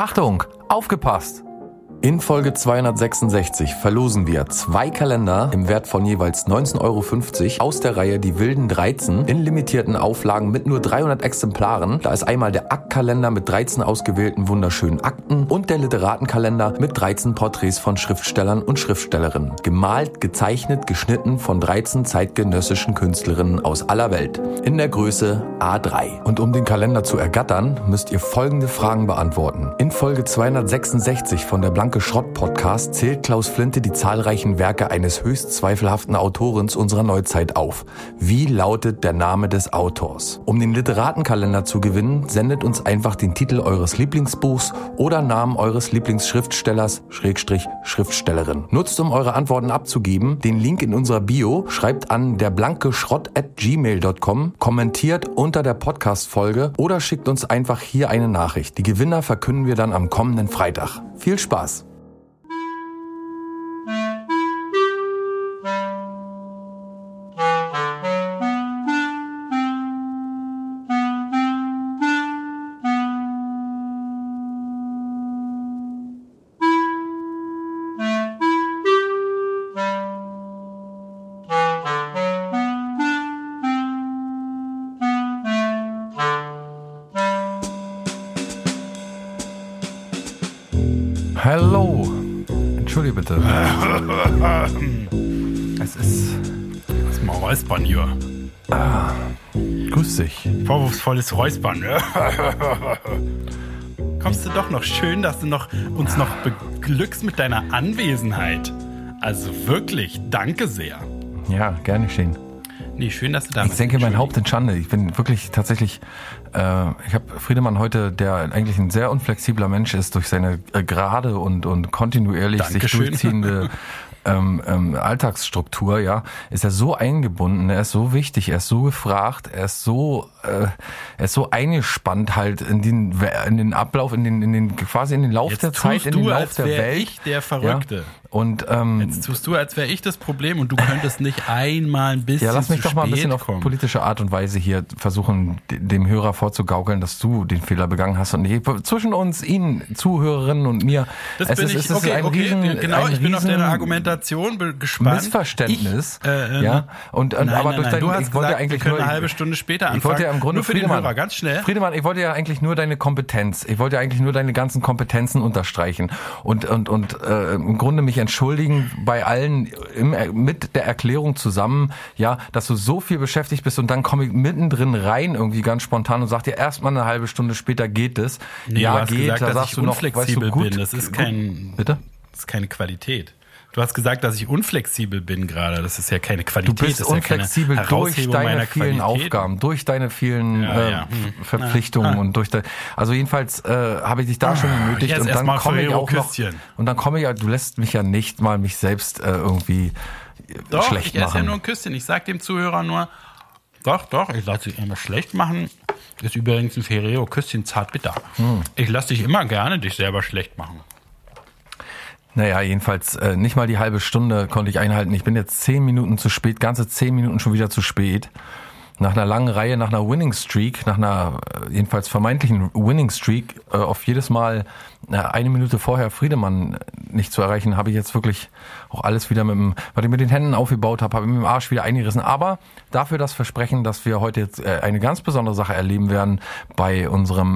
Achtung, aufgepasst! In Folge 266 verlosen wir 2 Kalender im Wert von jeweils 19,50 € aus der Reihe Die wilden 13 in limitierten Auflagen mit nur 300 Exemplaren. Da ist einmal der Aktkalender mit 13 ausgewählten wunderschönen Akten und der Literatenkalender mit 13 Porträts von Schriftstellern und Schriftstellerinnen. Gemalt, gezeichnet, geschnitten von 13 zeitgenössischen Künstlerinnen aus aller Welt. In der Größe A3. Und um den Kalender zu ergattern, müsst ihr folgende Fragen beantworten. In Folge 266 von der Blanke Schrott-Podcast zählt Klaus Flinte die zahlreichen Werke eines höchst zweifelhaften Autorens unserer Neuzeit auf. Wie lautet der Name des Autors? Um den Literatenkalender zu gewinnen, sendet uns einfach den Titel eures Lieblingsbuchs oder Namen eures Lieblingsschriftstellers / Schriftstellerin. Nutzt, um eure Antworten abzugeben, den Link in unserer Bio, schreibt an derblankeschrott@gmail.com, kommentiert unter der Podcast-Folge oder schickt uns einfach hier eine Nachricht. Die Gewinner verkünden wir dann am kommenden Freitag. Viel Spaß! Hallo. Entschuldige bitte. Es ist... Das ist mal Räuspern hier. Grüß dich. Vorwurfsvolles Räuspern. Kommst du doch noch schön, dass du uns noch beglückst mit deiner Anwesenheit. Also wirklich, danke sehr. Ja, gerne geschehen. Nee, schön, dass du da bist. Ich senke mein Haupt in Schande. Ich bin wirklich tatsächlich, ich habe Friedemann heute, der eigentlich ein sehr unflexibler Mensch ist, durch seine gerade und kontinuierlich sich durchziehende Alltagsstruktur, ja, ist er so eingebunden, er ist so wichtig, er ist so gefragt, er ist so eingespannt halt in den Ablauf, in den quasi in den Lauf jetzt der Zeit, in den Lauf der Welt. Ich der Verrückte. Ja? Und jetzt tust du, als wäre ich das Problem und du könntest nicht einmal ein bisschen. Ja, lass mich doch mal ein bisschen kommen. auf politische Art und Weise hier versuchen, dem Hörer vorzugaukeln, dass du den Fehler begangen hast und nicht. Zwischen uns, Ihnen, Zuhörerinnen und mir. Das bin ich. Genau, ich bin auf deine Argumentation gespannt. Missverständnis. Aber durch deine, du hast ich wollte gesagt, eigentlich wir können nur eine halbe Stunde später anfangen. Ich wollte ja im Grunde nur für den Hörer, ganz schnell. Friedemann, ich wollte ja eigentlich nur deine Kompetenz. Ich wollte ja eigentlich nur deine ganzen Kompetenzen unterstreichen und im Grunde mich entschuldigen bei allen mit der Erklärung zusammen, ja, dass du so viel beschäftigt bist und dann komme ich mittendrin rein irgendwie ganz spontan und sag dir erstmal eine halbe Stunde später geht es. Nee, ja, du hast gesagt, da sagst ich du noch, unflexibel weißt du, bin. Das ist Bitte? Das ist keine Qualität. Du hast gesagt, dass ich unflexibel bin gerade. Das ist ja keine Qualität. Du bist das unflexibel ja durch deine vielen Aufgaben, durch deine vielen Verpflichtungen und durch also jedenfalls habe ich dich da schon genötigt und dann komme ich auch noch und dann komme ich, du lässt mich ja nicht mal mich selbst irgendwie doch, schlecht machen. Ich esse ja nur ein Küsschen. Ich sag dem Zuhörer nur, doch, ich lasse dich immer schlecht machen. Ist übrigens ein Ferrero-Küsschen zartbitter. Ich lasse dich immer gerne dich selber schlecht machen. Naja, jedenfalls nicht mal die halbe Stunde konnte ich einhalten. Ich bin jetzt 10 Minuten zu spät, ganze 10 Minuten schon wieder zu spät. Nach einer langen Reihe, nach einer Winning Streak, nach einer jedenfalls vermeintlichen Winning Streak, auf jedes Mal eine Minute vorher Friedemann nicht zu erreichen, habe ich jetzt wirklich auch alles wieder was ich mit den Händen aufgebaut habe ich mit dem Arsch wieder eingerissen. Aber dafür das Versprechen, dass wir heute jetzt eine ganz besondere Sache erleben werden bei unserem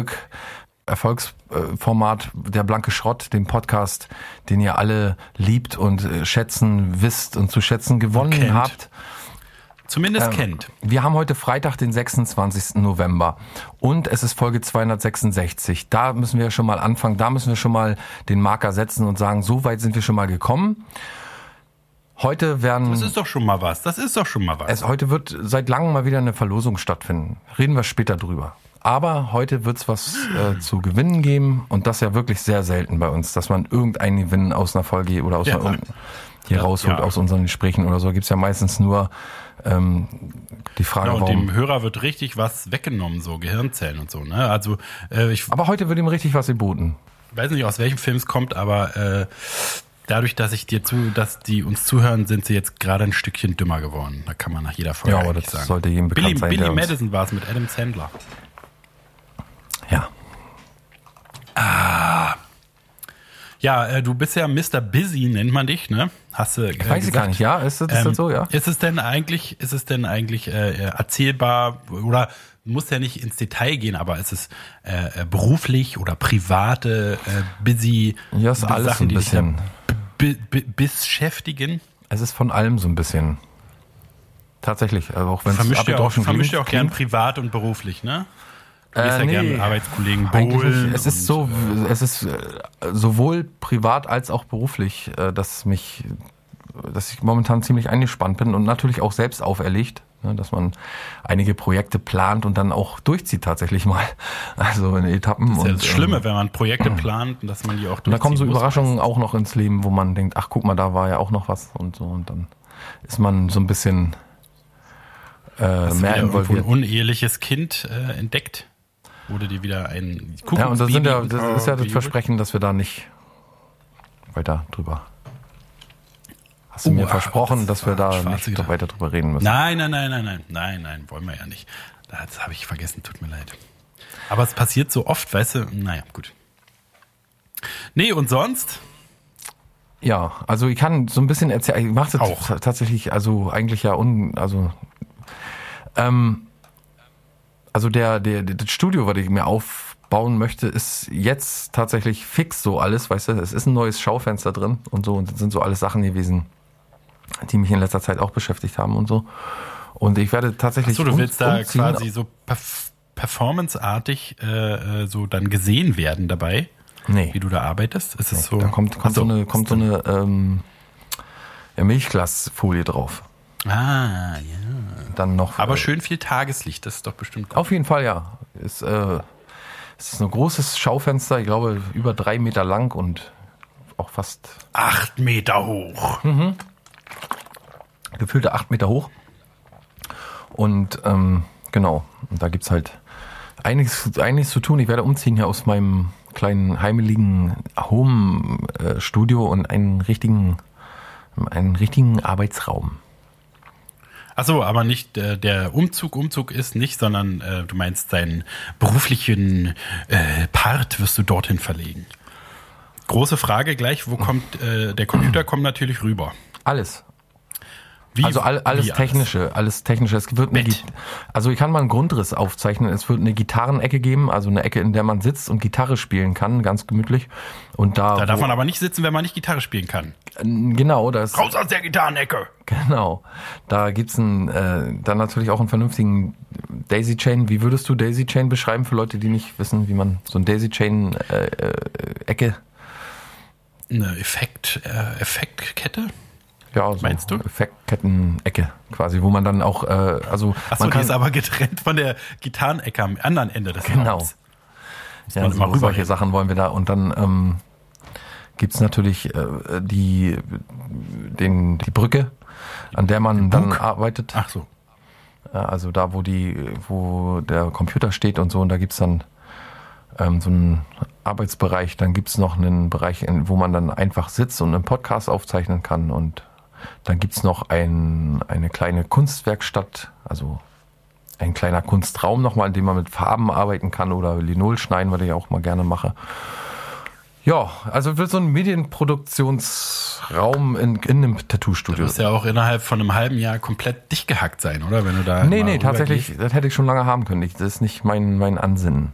Erfolgsformat Der Blanke Schrott, dem Podcast, den ihr alle liebt und schätzen, wisst und zu schätzen gewonnen habt. Zumindest kennt. Wir haben heute Freitag, den 26. November und es ist Folge 266. Da müssen wir schon mal anfangen, da müssen wir schon mal den Marker setzen und sagen, so weit sind wir schon mal gekommen. Heute werden... Das ist doch schon mal was. Heute wird seit langem mal wieder eine Verlosung stattfinden. Reden wir später drüber. Aber heute wird's was zu gewinnen geben und das ja wirklich sehr selten bei uns, dass man irgendeinen Gewinn aus einer Folge oder aus hier rausholt aus unseren Gesprächen oder so. Gibt's ja meistens nur die Frage, und warum... dem Hörer wird richtig was weggenommen, so Gehirnzellen und so. Ne? Also aber heute wird ihm richtig was geboten. Ich weiß nicht, aus welchem Film es kommt, aber dadurch, dass die uns zuhören, sind sie jetzt gerade ein Stückchen dümmer geworden. Da kann man nach jeder Folge aber das sagen. Sollte jedem bekannt sein. Billy Madison war es mit Adam Sandler. Ja. Ja, du bist ja Mr. Busy, nennt man dich, ne? Hast du Weiß ich gar nicht, ja? Ist das so, ja? Ist es denn eigentlich erzählbar oder muss ja nicht ins Detail gehen, aber ist es beruflich oder private busy? Ja, ist alles Sachen, so ein bisschen. Beschäftigen? Es ist von allem so ein bisschen. Tatsächlich, also auch wenn es vermischt ja auch gern privat und beruflich, ne? Du gehst ja gerne mit Arbeitskollegen bowlen. Es ist sowohl privat als auch beruflich, dass ich momentan ziemlich eingespannt bin und natürlich auch selbst auferlegt, ne, dass man einige Projekte plant und dann auch durchzieht tatsächlich mal. Also in Etappen. Das ist ja das Schlimme, wenn man Projekte plant und dass man die auch durchzieht. Und da kommen so Überraschungen auch noch ins Leben, wo man denkt, ach guck mal, da war ja auch noch was und so. Und dann ist man so ein bisschen mehr involviert. Ein uneheliches Kind entdeckt. Wurde dir wieder ein Kuckucksbaby. Ja, und das ist ja das Versprechen, dass wir da nicht weiter drüber. Hast du mir versprochen, dass wir da nicht weiter drüber reden müssen? Nein, wollen wir ja nicht. Das habe ich vergessen, tut mir leid. Aber es passiert so oft, weißt du, naja, gut. Nee, und sonst? Ja, also ich kann so ein bisschen erzählen, ich mache das tatsächlich, also eigentlich ja also das Studio, was ich mir aufbauen möchte, ist jetzt tatsächlich fix so alles, weißt du, es ist ein neues Schaufenster drin und so und das sind so alles Sachen gewesen, die mich in letzter Zeit auch beschäftigt haben und so. Und ich werde tatsächlich du willst da quasi so performanceartig so dann gesehen werden dabei, wie du da arbeitest? Ist es so? Da kommt so eine Milchglasfolie drauf. Ah, ja. Dann noch. Aber schön viel Tageslicht, das ist doch bestimmt gut. Auf jeden Fall, ja. Es ist ein großes Schaufenster, ich glaube über 3 Meter lang und auch fast 8 Meter hoch. Mhm. Gefühlte 8 Meter hoch. Und genau, und da gibt's halt einiges zu tun. Ich werde umziehen hier aus meinem kleinen heimeligen Home-Studio und einen richtigen Arbeitsraum. Ach so, aber nicht der Umzug ist nicht, sondern du meinst deinen beruflichen Part wirst du dorthin verlegen. Große Frage gleich, wo kommt der Computer kommt natürlich rüber. Alles. Alles Technische. Es wird also ich kann mal einen Grundriss aufzeichnen. Es wird eine Gitarrenecke geben, also eine Ecke, in der man sitzt und Gitarre spielen kann, ganz gemütlich. Und da darf man aber nicht sitzen, wenn man nicht Gitarre spielen kann. Genau, das. Raus aus der Gitarrenecke! Genau. Da gibt's dann natürlich auch einen vernünftigen Daisy Chain. Wie würdest du Daisy Chain beschreiben für Leute, die nicht wissen, wie man so ein Daisy Chain Ecke? Eine Effektkette? Ja, so meinst du? Effektketten-Ecke quasi, wo man dann auch, Achso, die ist aber getrennt von der Gitarrenecke am anderen Ende des Raums. Ja, solche Sachen wollen wir da. Und dann gibt's natürlich die Brücke, an der man dann arbeitet. Ach so. Also da, wo der Computer steht und so, und da gibt's dann so einen Arbeitsbereich. Dann gibt's noch einen Bereich, wo man dann einfach sitzt und einen Podcast aufzeichnen kann. Und dann gibt's noch eine kleine Kunstwerkstatt, also ein kleiner Kunstraum nochmal, in dem man mit Farben arbeiten kann oder Linol schneiden, was ich auch mal gerne mache. Ja, also wird so ein Medienproduktionsraum in einem Tattoo-Studio. Du wirst ja auch innerhalb von einem halben Jahr komplett dicht gehackt sein, oder? Wenn du da Nee, tatsächlich, das hätte ich schon lange haben können. Das ist nicht mein Ansinnen.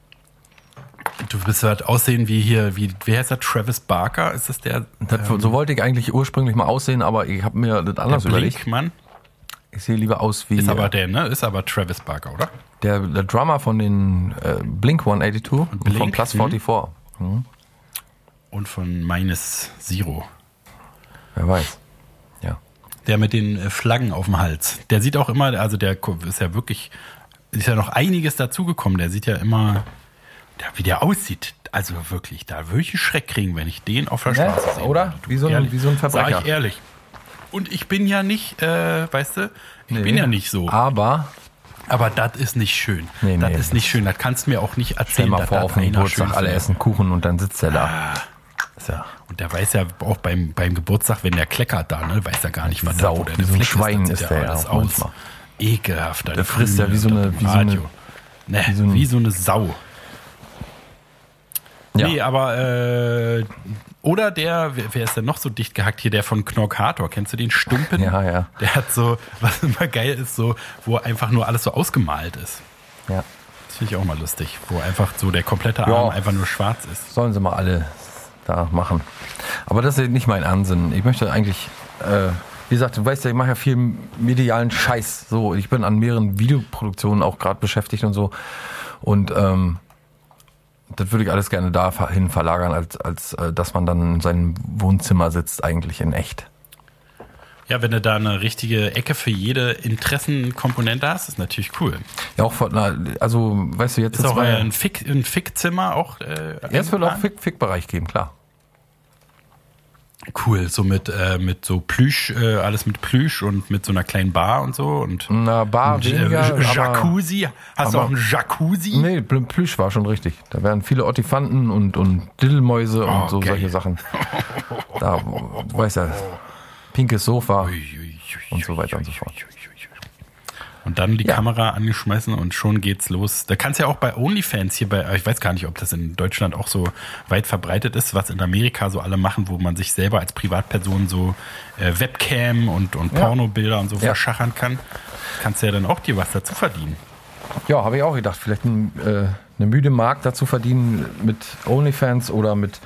Du wirst halt aussehen wie heißt der? Travis Barker? Ist das der? So wollte ich eigentlich ursprünglich mal aussehen, aber ich habe mir das anders überlegt. Mann? Ich sehe lieber aus wie... Ist aber Travis Barker, oder? Der Drummer von den Blink 182 und von Plus 44. Mhm. Und von Minus Zero. Wer weiß. Ja. Der mit den Flaggen auf dem Hals. Der sieht auch immer, also der ist ja noch einiges dazugekommen. Der sieht ja immer... wie der aussieht, also wirklich, da würde ich einen Schreck kriegen, wenn ich den auf der Straße sehe. Oder? Wie so ein Verbrecher. Sag ich ehrlich. Und ich bin ja nicht, weißt du, bin ja nicht so. Aber das ist nicht schön. Das ist nicht schön. Das kannst du mir auch nicht erzählen. Stell mal vor, auf dem Geburtstag, alle essen Kuchen und dann sitzt er da. Ja. Und der weiß ja auch beim Geburtstag, wenn der kleckert da, ne, weiß er gar nicht, was da oder wie so ein Schwein ist der alles aus. Ekelhaft. Der frisst ja wie so eine Sau. Ja. Nee, aber oder wer ist denn noch so dicht gehackt hier, der von Knorkator, kennst du den Stumpen? Ja. Der hat so, was immer geil ist, so, wo einfach nur alles so ausgemalt ist. Ja. Das finde ich auch mal lustig, wo einfach so der komplette Arm einfach nur schwarz ist. Sollen sie mal alle da machen. Aber das ist nicht mein Ansinn. Ich möchte eigentlich, wie gesagt, du weißt ja, ich mache ja viel medialen Scheiß. So, ich bin an mehreren Videoproduktionen auch gerade beschäftigt und so. Und das würde ich alles gerne dahin verlagern, als dass man dann in seinem Wohnzimmer sitzt, eigentlich in echt. Ja, wenn du da eine richtige Ecke für jede Interessenkomponente hast, ist natürlich cool. Ja, auch also, weißt du, jetzt ist auch ein Fickzimmer auch. Es wird auch Fickbereich geben, klar. Cool, so mit so Plüsch, alles mit Plüsch und mit so einer kleinen Bar und so. Und na, Bar weniger, Jacuzzi. Hast du auch einen Jacuzzi? Nee, Plüsch war schon richtig. Da werden viele Ottifanten und Diddelmäuse und so solche Sachen. Da, du weißt ja, pinkes Sofa und so weiter und so fort. Und dann die Kamera angeschmeißen und schon geht's los. Da kannst du ja auch bei OnlyFans ich weiß gar nicht, ob das in Deutschland auch so weit verbreitet ist, was in Amerika so alle machen, wo man sich selber als Privatperson so Webcam und Pornobilder und so verschachern kann. Kannst du ja dann auch dir was dazu verdienen. Ja, habe ich auch gedacht. Vielleicht eine müde Mark dazu verdienen mit OnlyFans oder mit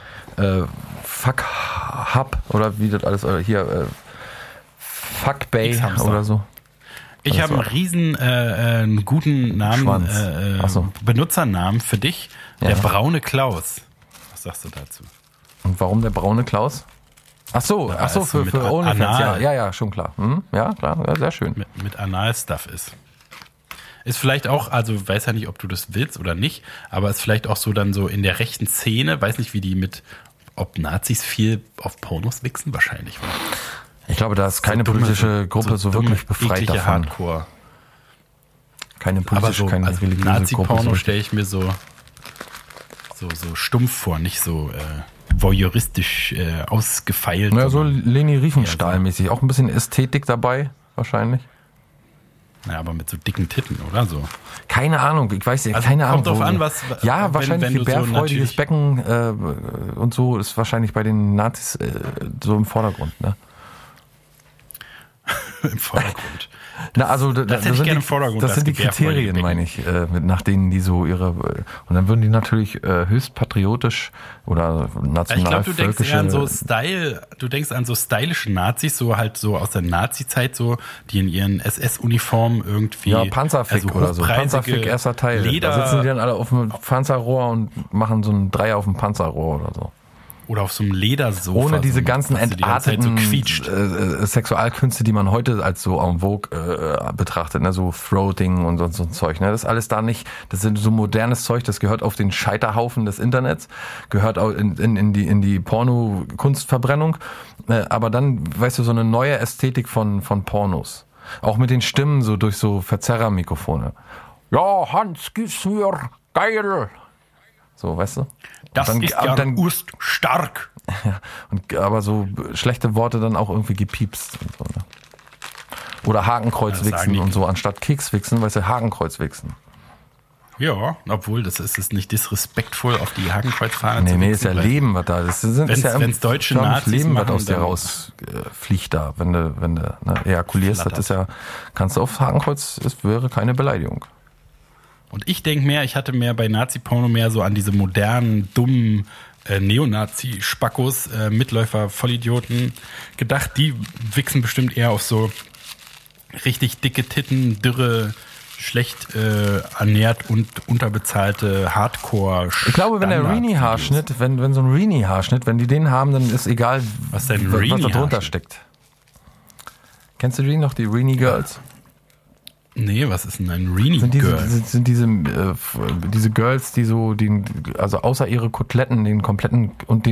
Fuckhub oder wie das alles, oder hier Fuckbay oder so. Ich habe einen guten Namen, Benutzernamen für dich, der braune Klaus. Was sagst du dazu? Und warum der braune Klaus? Ach so, für OnlyFans. Ja, schon klar. Ja, klar, ja, sehr schön. Mit Anal-Stuff ist. Ist vielleicht auch, also weiß ja nicht, ob du das willst oder nicht, aber ist vielleicht auch so dann so in der rechten Szene, weiß nicht, ob Nazis viel auf Pornos wichsen, wahrscheinlich. Ich glaube, da ist keine politische Gruppe so wirklich befreit davon. Hardcore. Keine politische, keine religiöse Gruppe. Nazi-Porno stelle ich mir so stumpf vor, nicht so voyeuristisch ausgefeilt. Ja, so Leni Riefenstahl-mäßig. Auch ein bisschen Ästhetik dabei, wahrscheinlich. Ja, aber mit so dicken Titten, oder so? Keine Ahnung, ich weiß nicht, keine Ahnung. Kommt drauf an, was... Ja, wahrscheinlich wenn bärfreudiges so Becken und so ist wahrscheinlich bei den Nazis so im Vordergrund, ne? Im Vordergrund. Na, also das hätte ich gerne im Vordergrund. Das sind die Kriterien, meine ich, nach denen die so ihre... Und dann würden die natürlich höchst patriotisch oder national-völkische... Ich glaube, du denkst eher an so du denkst an so stylische Nazis, so halt so aus der Nazi-Zeit, so, die in ihren SS-Uniformen irgendwie... Ja, Panzerfick oder so. Panzerfick, erster Teil. Leder. Da sitzen die dann alle auf dem Panzerrohr und machen so einen Dreier auf dem Panzerrohr oder so. Oder auf so einem Ledersofa. Ohne diese so, ganzen entarteten so Sexualkünste, die man heute als so en vogue betrachtet, ne? So Throating und so ein Zeug. Ne? Das ist alles da nicht, das sind so modernes Zeug, das gehört auf den Scheiterhaufen des Internets, gehört auch in die Porno-Kunstverbrennung. Aber dann, weißt du, so eine neue Ästhetik von Pornos. Auch mit den Stimmen so durch so Verzerrermikrofone. Ja, Hans, gib's mir, geil. So, weißt du? Das ist ja urstark. Ja, aber so schlechte Worte dann auch irgendwie gepiepst und so, ne? Oder Hakenkreuzwichsen und so, anstatt Kekswichsen, weißt du, Hakenkreuzwichsen. Ja, obwohl, das ist nicht disrespektvoll auf die Hakenkreuzfahne zu wichsen. Nee, ist ja Leben, was da ist. Wenn's deutsche Nazis Leben, machen, was aus dir rausfliegt da, wenn du ejakulierst, das ist ja, kannst du auf Hakenkreuz, es wäre keine Beleidigung. Und ich denke ich hatte mehr bei Nazi-Porno mehr so an diese modernen, dummen Neonazi-Spackos, Mitläufer, Vollidioten gedacht. Die wichsen bestimmt eher auf so richtig dicke Titten, dürre, schlecht ernährt und unterbezahlte Hardcore. Ich glaube, wenn der Rini-Haarschnitt, wenn so ein Rini-Haarschnitt, wenn die den haben, dann ist egal, was da drunter steckt. Kennst du die noch, die Rini-Girls? Nee, was ist denn ein Rini-Girl? Sind diese Girls, die also außer ihre Koteletten, den kompletten und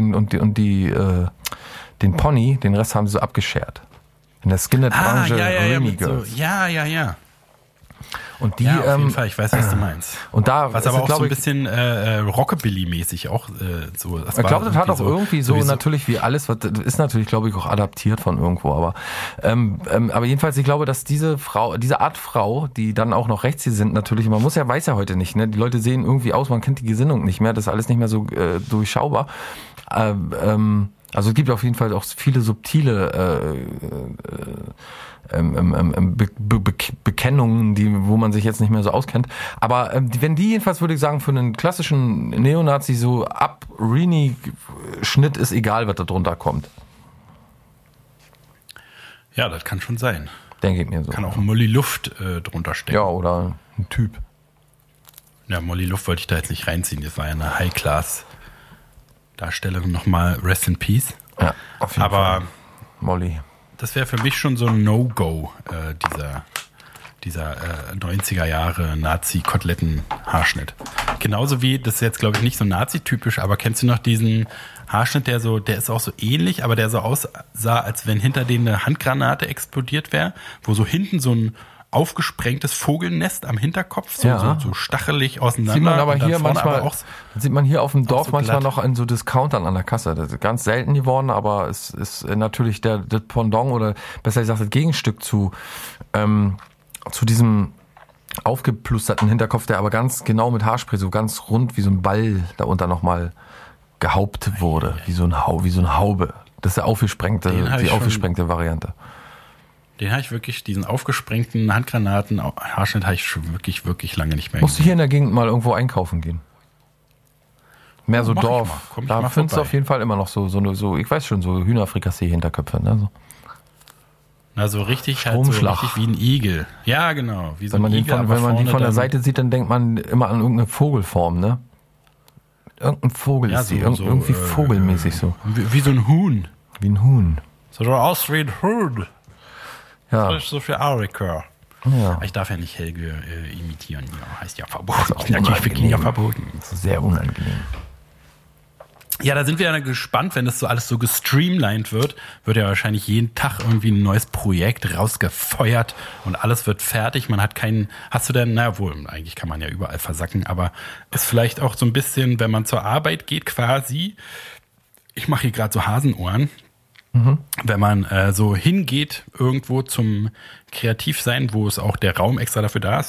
den Pony, den Rest haben sie so abgeschert. In der Skinhead-Branche Rini-Girls. Ja. Und die, auf jeden Fall, ich weiß, was du meinst. Und da was aber auch so ein bisschen Rockabilly-mäßig auch so. Ich glaube, das hat auch irgendwie so sowieso. natürlich wie alles, das ist natürlich, glaube ich, auch adaptiert von irgendwo, aber jedenfalls, ich glaube, dass diese Art Frau, die dann auch noch rechts hier sind, natürlich, man weiß ja heute nicht, ne? Die Leute sehen irgendwie aus, man kennt die Gesinnung nicht mehr, das ist alles nicht mehr so durchschaubar. Also es gibt auf jeden Fall auch viele subtile Bekennungen, wo man sich jetzt nicht mehr so auskennt. Aber wenn die jedenfalls, würde ich sagen, für einen klassischen Neonazi so ab Rini-Schnitt ist egal, was da drunter kommt. Ja, das kann schon sein. Denke ich mir so. Kann auch Molly Luft drunter stecken. Ja, oder ein Typ. Ja, Molly Luft wollte ich da jetzt nicht reinziehen. Das war ja eine High-Class-Darstellerin. Nochmal Rest in Peace. Ja, auf jeden Fall. Molly. Das wäre für mich schon so ein No-Go, dieser 90er Jahre Nazi-Koteletten-Haarschnitt. Genauso wie, das ist jetzt glaube ich nicht so Nazi-typisch, aber kennst du noch diesen Haarschnitt, der ist auch so ähnlich, aber der so aussah, als wenn hinter dem eine Handgranate explodiert wäre, wo so hinten so ein aufgesprengtes Vogelnest am Hinterkopf, so stachelig auseinander. Sieht man aber hier manchmal, aber sieht man hier auf dem Dorf so manchmal glatt. Noch in so Discountern an der Kasse. Das ist ganz selten geworden, aber es ist natürlich das Pendant oder besser gesagt das Gegenstück zu diesem aufgeplusterten Hinterkopf, der aber ganz genau mit Haarspray so ganz rund wie so ein Ball da unter nochmal gehaupt wurde, wie so eine Haube. Das ist die aufgesprengte Variante. Den habe ich wirklich, diesen aufgesprengten Handgranaten-Haarschnitt habe ich schon wirklich, wirklich lange nicht mehr Musst du hier in der Gegend mal irgendwo einkaufen gehen? Mehr so Dorf. Da findest du auf jeden Fall immer noch so ich weiß schon, so Hühnerfrikassee-Hinterköpfe. Ne? So. Na, so richtig halt so richtig wie ein Igel. Ja, genau. Wie so ein Igel, wenn man die von der Seite sieht, dann denkt man immer an irgendeine Vogelform, ne? Irgendein Vogel ist die. Irgendwie vogelmäßig so. Wie so ein Huhn. Wie ein Huhn. So aus wie ein Huhn. Ja. So für Arika. Ja. Ich darf ja nicht Helge imitieren. Ja, heißt ja verboten. Natürlich wirklich ja verboten. Das ist sehr unangenehm. Ja, da sind wir ja gespannt, wenn das so alles so gestreamlined wird ja wahrscheinlich jeden Tag irgendwie ein neues Projekt rausgefeuert und alles wird fertig. Hast du denn, eigentlich kann man ja überall versacken, aber ist vielleicht auch so ein bisschen, wenn man zur Arbeit geht quasi, ich mache hier gerade so Hasenohren, wenn man so hingeht irgendwo zum Kreativsein, wo es auch der Raum extra dafür da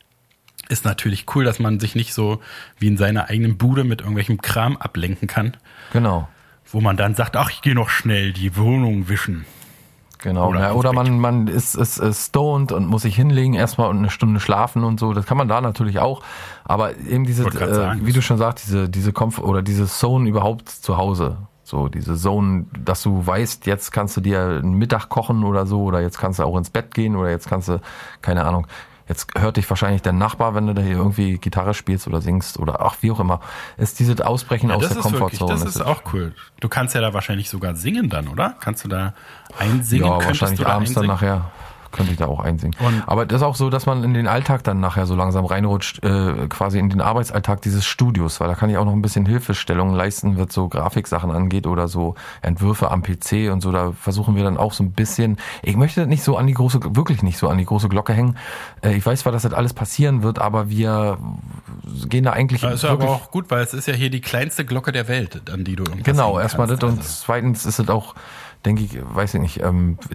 ist natürlich cool, dass man sich nicht so wie in seiner eigenen Bude mit irgendwelchem Kram ablenken kann. Genau. Wo man dann sagt, ach, ich gehe noch schnell die Wohnung wischen. Genau. Oder man ist stoned und muss sich hinlegen erstmal und eine Stunde schlafen und so. Das kann man da natürlich auch. Aber eben wie du schon sagst, diese Zone überhaupt zu Hause. So diese Zone, dass du weißt, jetzt kannst du dir einen Mittag kochen oder so, oder jetzt kannst du auch ins Bett gehen, oder jetzt kannst du, keine Ahnung, jetzt hört dich wahrscheinlich dein Nachbar, wenn du da hier irgendwie Gitarre spielst oder singst oder wie auch immer. Ist dieses Ausbrechen aus der Komfortzone. Das ist auch cool. Du kannst ja da wahrscheinlich sogar singen dann, oder? Kannst du da einsingen? Ja, wahrscheinlich abends dann nachher. Könnte ich da auch einsingen. Aber das ist auch so, dass man in den Alltag dann nachher so langsam reinrutscht, quasi in den Arbeitsalltag dieses Studios, weil da kann ich auch noch ein bisschen Hilfestellung leisten, was so Grafiksachen angeht oder so Entwürfe am PC und so. Da versuchen wir dann auch so ein bisschen, ich möchte nicht so wirklich nicht so an die große Glocke hängen. Ich weiß zwar, dass das alles passieren wird, aber wir gehen da eigentlich. Das ist aber auch gut, weil es ist ja hier die kleinste Glocke der Welt, an die du irgendwas Genau, erstmal das und zweitens ist es auch, denke ich, weiß ich nicht,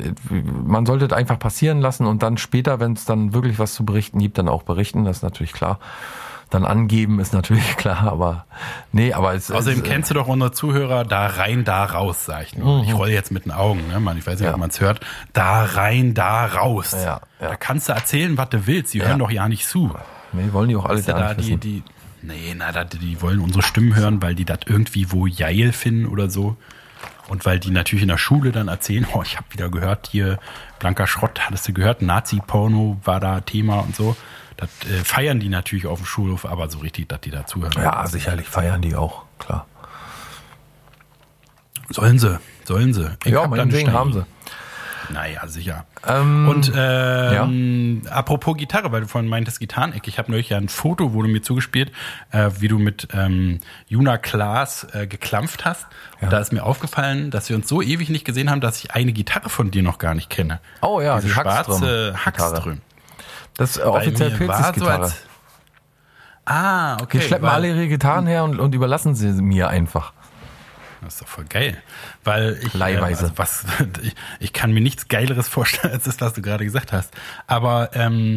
man sollte es einfach passieren lassen und dann später, wenn es dann wirklich was zu berichten gibt, dann auch berichten, das ist natürlich klar. Dann angeben ist natürlich klar, aber Außerdem kennst du doch unsere Zuhörer, da rein, da raus, sag ich nur. Ich rolle jetzt mit den Augen, ne, Mann, ich weiß nicht, ob man es hört. Da rein, da raus. Ja. Da kannst du erzählen, was du willst, die hören doch ja nicht zu. Nee, wollen die auch alle da nicht wissen. Die wollen unsere Stimmen hören, weil die das irgendwie wo geil finden oder so. Und weil die natürlich in der Schule dann erzählen, ich habe wieder gehört, hier blanker Schrott, hattest du gehört, Nazi-Porno war da Thema und so. Das feiern die natürlich auf dem Schulhof, aber so richtig, dass die dazuhören. Ja, sicherlich feiern die auch, klar. Sollen sie. Ja, meinetwegen haben sie. Naja, sicher. Apropos Gitarre, weil du vorhin meintest Gitarreneck. Ich habe neulich ja ein Foto, wurde mir zugespielt, wie du mit Juna Klaas geklampft hast. Ja. Und da ist mir aufgefallen, dass wir uns so ewig nicht gesehen haben, dass ich eine Gitarre von dir noch gar nicht kenne. Oh ja, diese schwarze Hackström. Das ist offiziell Bei mir war Pilzes-Gitarre. Okay. Die schleppen alle ihre Gitarren her und überlassen sie mir einfach. Das ist doch voll geil. Weil ich, Leihweise. Ich kann mir nichts Geileres vorstellen, als das, was du gerade gesagt hast. Aber,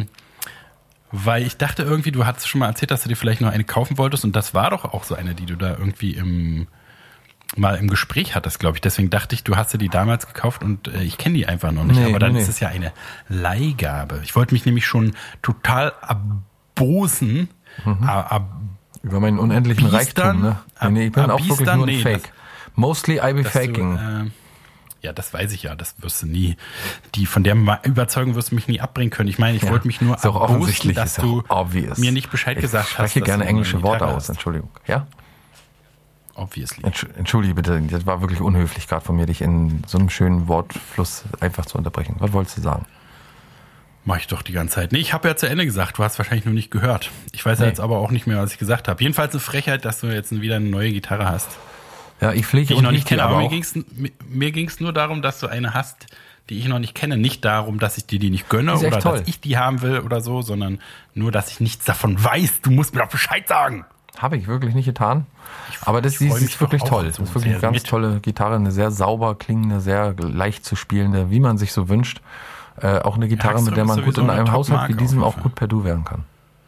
weil ich dachte irgendwie, du hattest schon mal erzählt, dass du dir vielleicht noch eine kaufen wolltest und das war doch auch so eine, die du da irgendwie mal im Gespräch hattest, glaube ich. Deswegen dachte ich, du hast dir die damals gekauft und ich kenne die einfach noch nicht. Aber dann ist es ja eine Leihgabe. Ich wollte mich nämlich schon total abbosen, über meinen unendlichen Reichtum, ne? Nee, ich bin auch wirklich nur ein Fake. Mostly I be faking. Ja, das weiß ich ja, das wirst du nie. Von der Überzeugung wirst du mich nie abbringen können. Ich meine, ich wollte mich nur ist auch offensichtlich, dass du mir nicht Bescheid gesagt hast. Ich spreche gerne englische Worte aus, Entschuldigung. Ja? Obviously. Entschuldige bitte, das war wirklich unhöflich gerade von mir, dich in so einem schönen Wortfluss einfach zu unterbrechen. Was wolltest du sagen? Mach ich doch die ganze Zeit. Nee, ich habe ja zu Ende gesagt, du hast wahrscheinlich nur nicht gehört. Ich weiß jetzt aber auch nicht mehr, was ich gesagt habe. Jedenfalls eine Frechheit, dass du jetzt wieder eine neue Gitarre hast. Ja, ich pflege die ich noch nicht kenne, aber mir ging's nur darum, dass du eine hast, die ich noch nicht kenne. Nicht darum, dass ich dir die nicht gönne oder dass ich die haben will oder so, sondern nur, dass ich nichts davon weiß. Du musst mir doch Bescheid sagen. Habe ich wirklich nicht getan. Aber die ist wirklich toll. Das ist wirklich eine ganz tolle Gitarre, eine sehr sauber klingende, sehr leicht zu spielende, wie man sich so wünscht. Auch eine Gitarre, mit der man gut in einem Haushalt wie diesem auch gut per Du werden kann.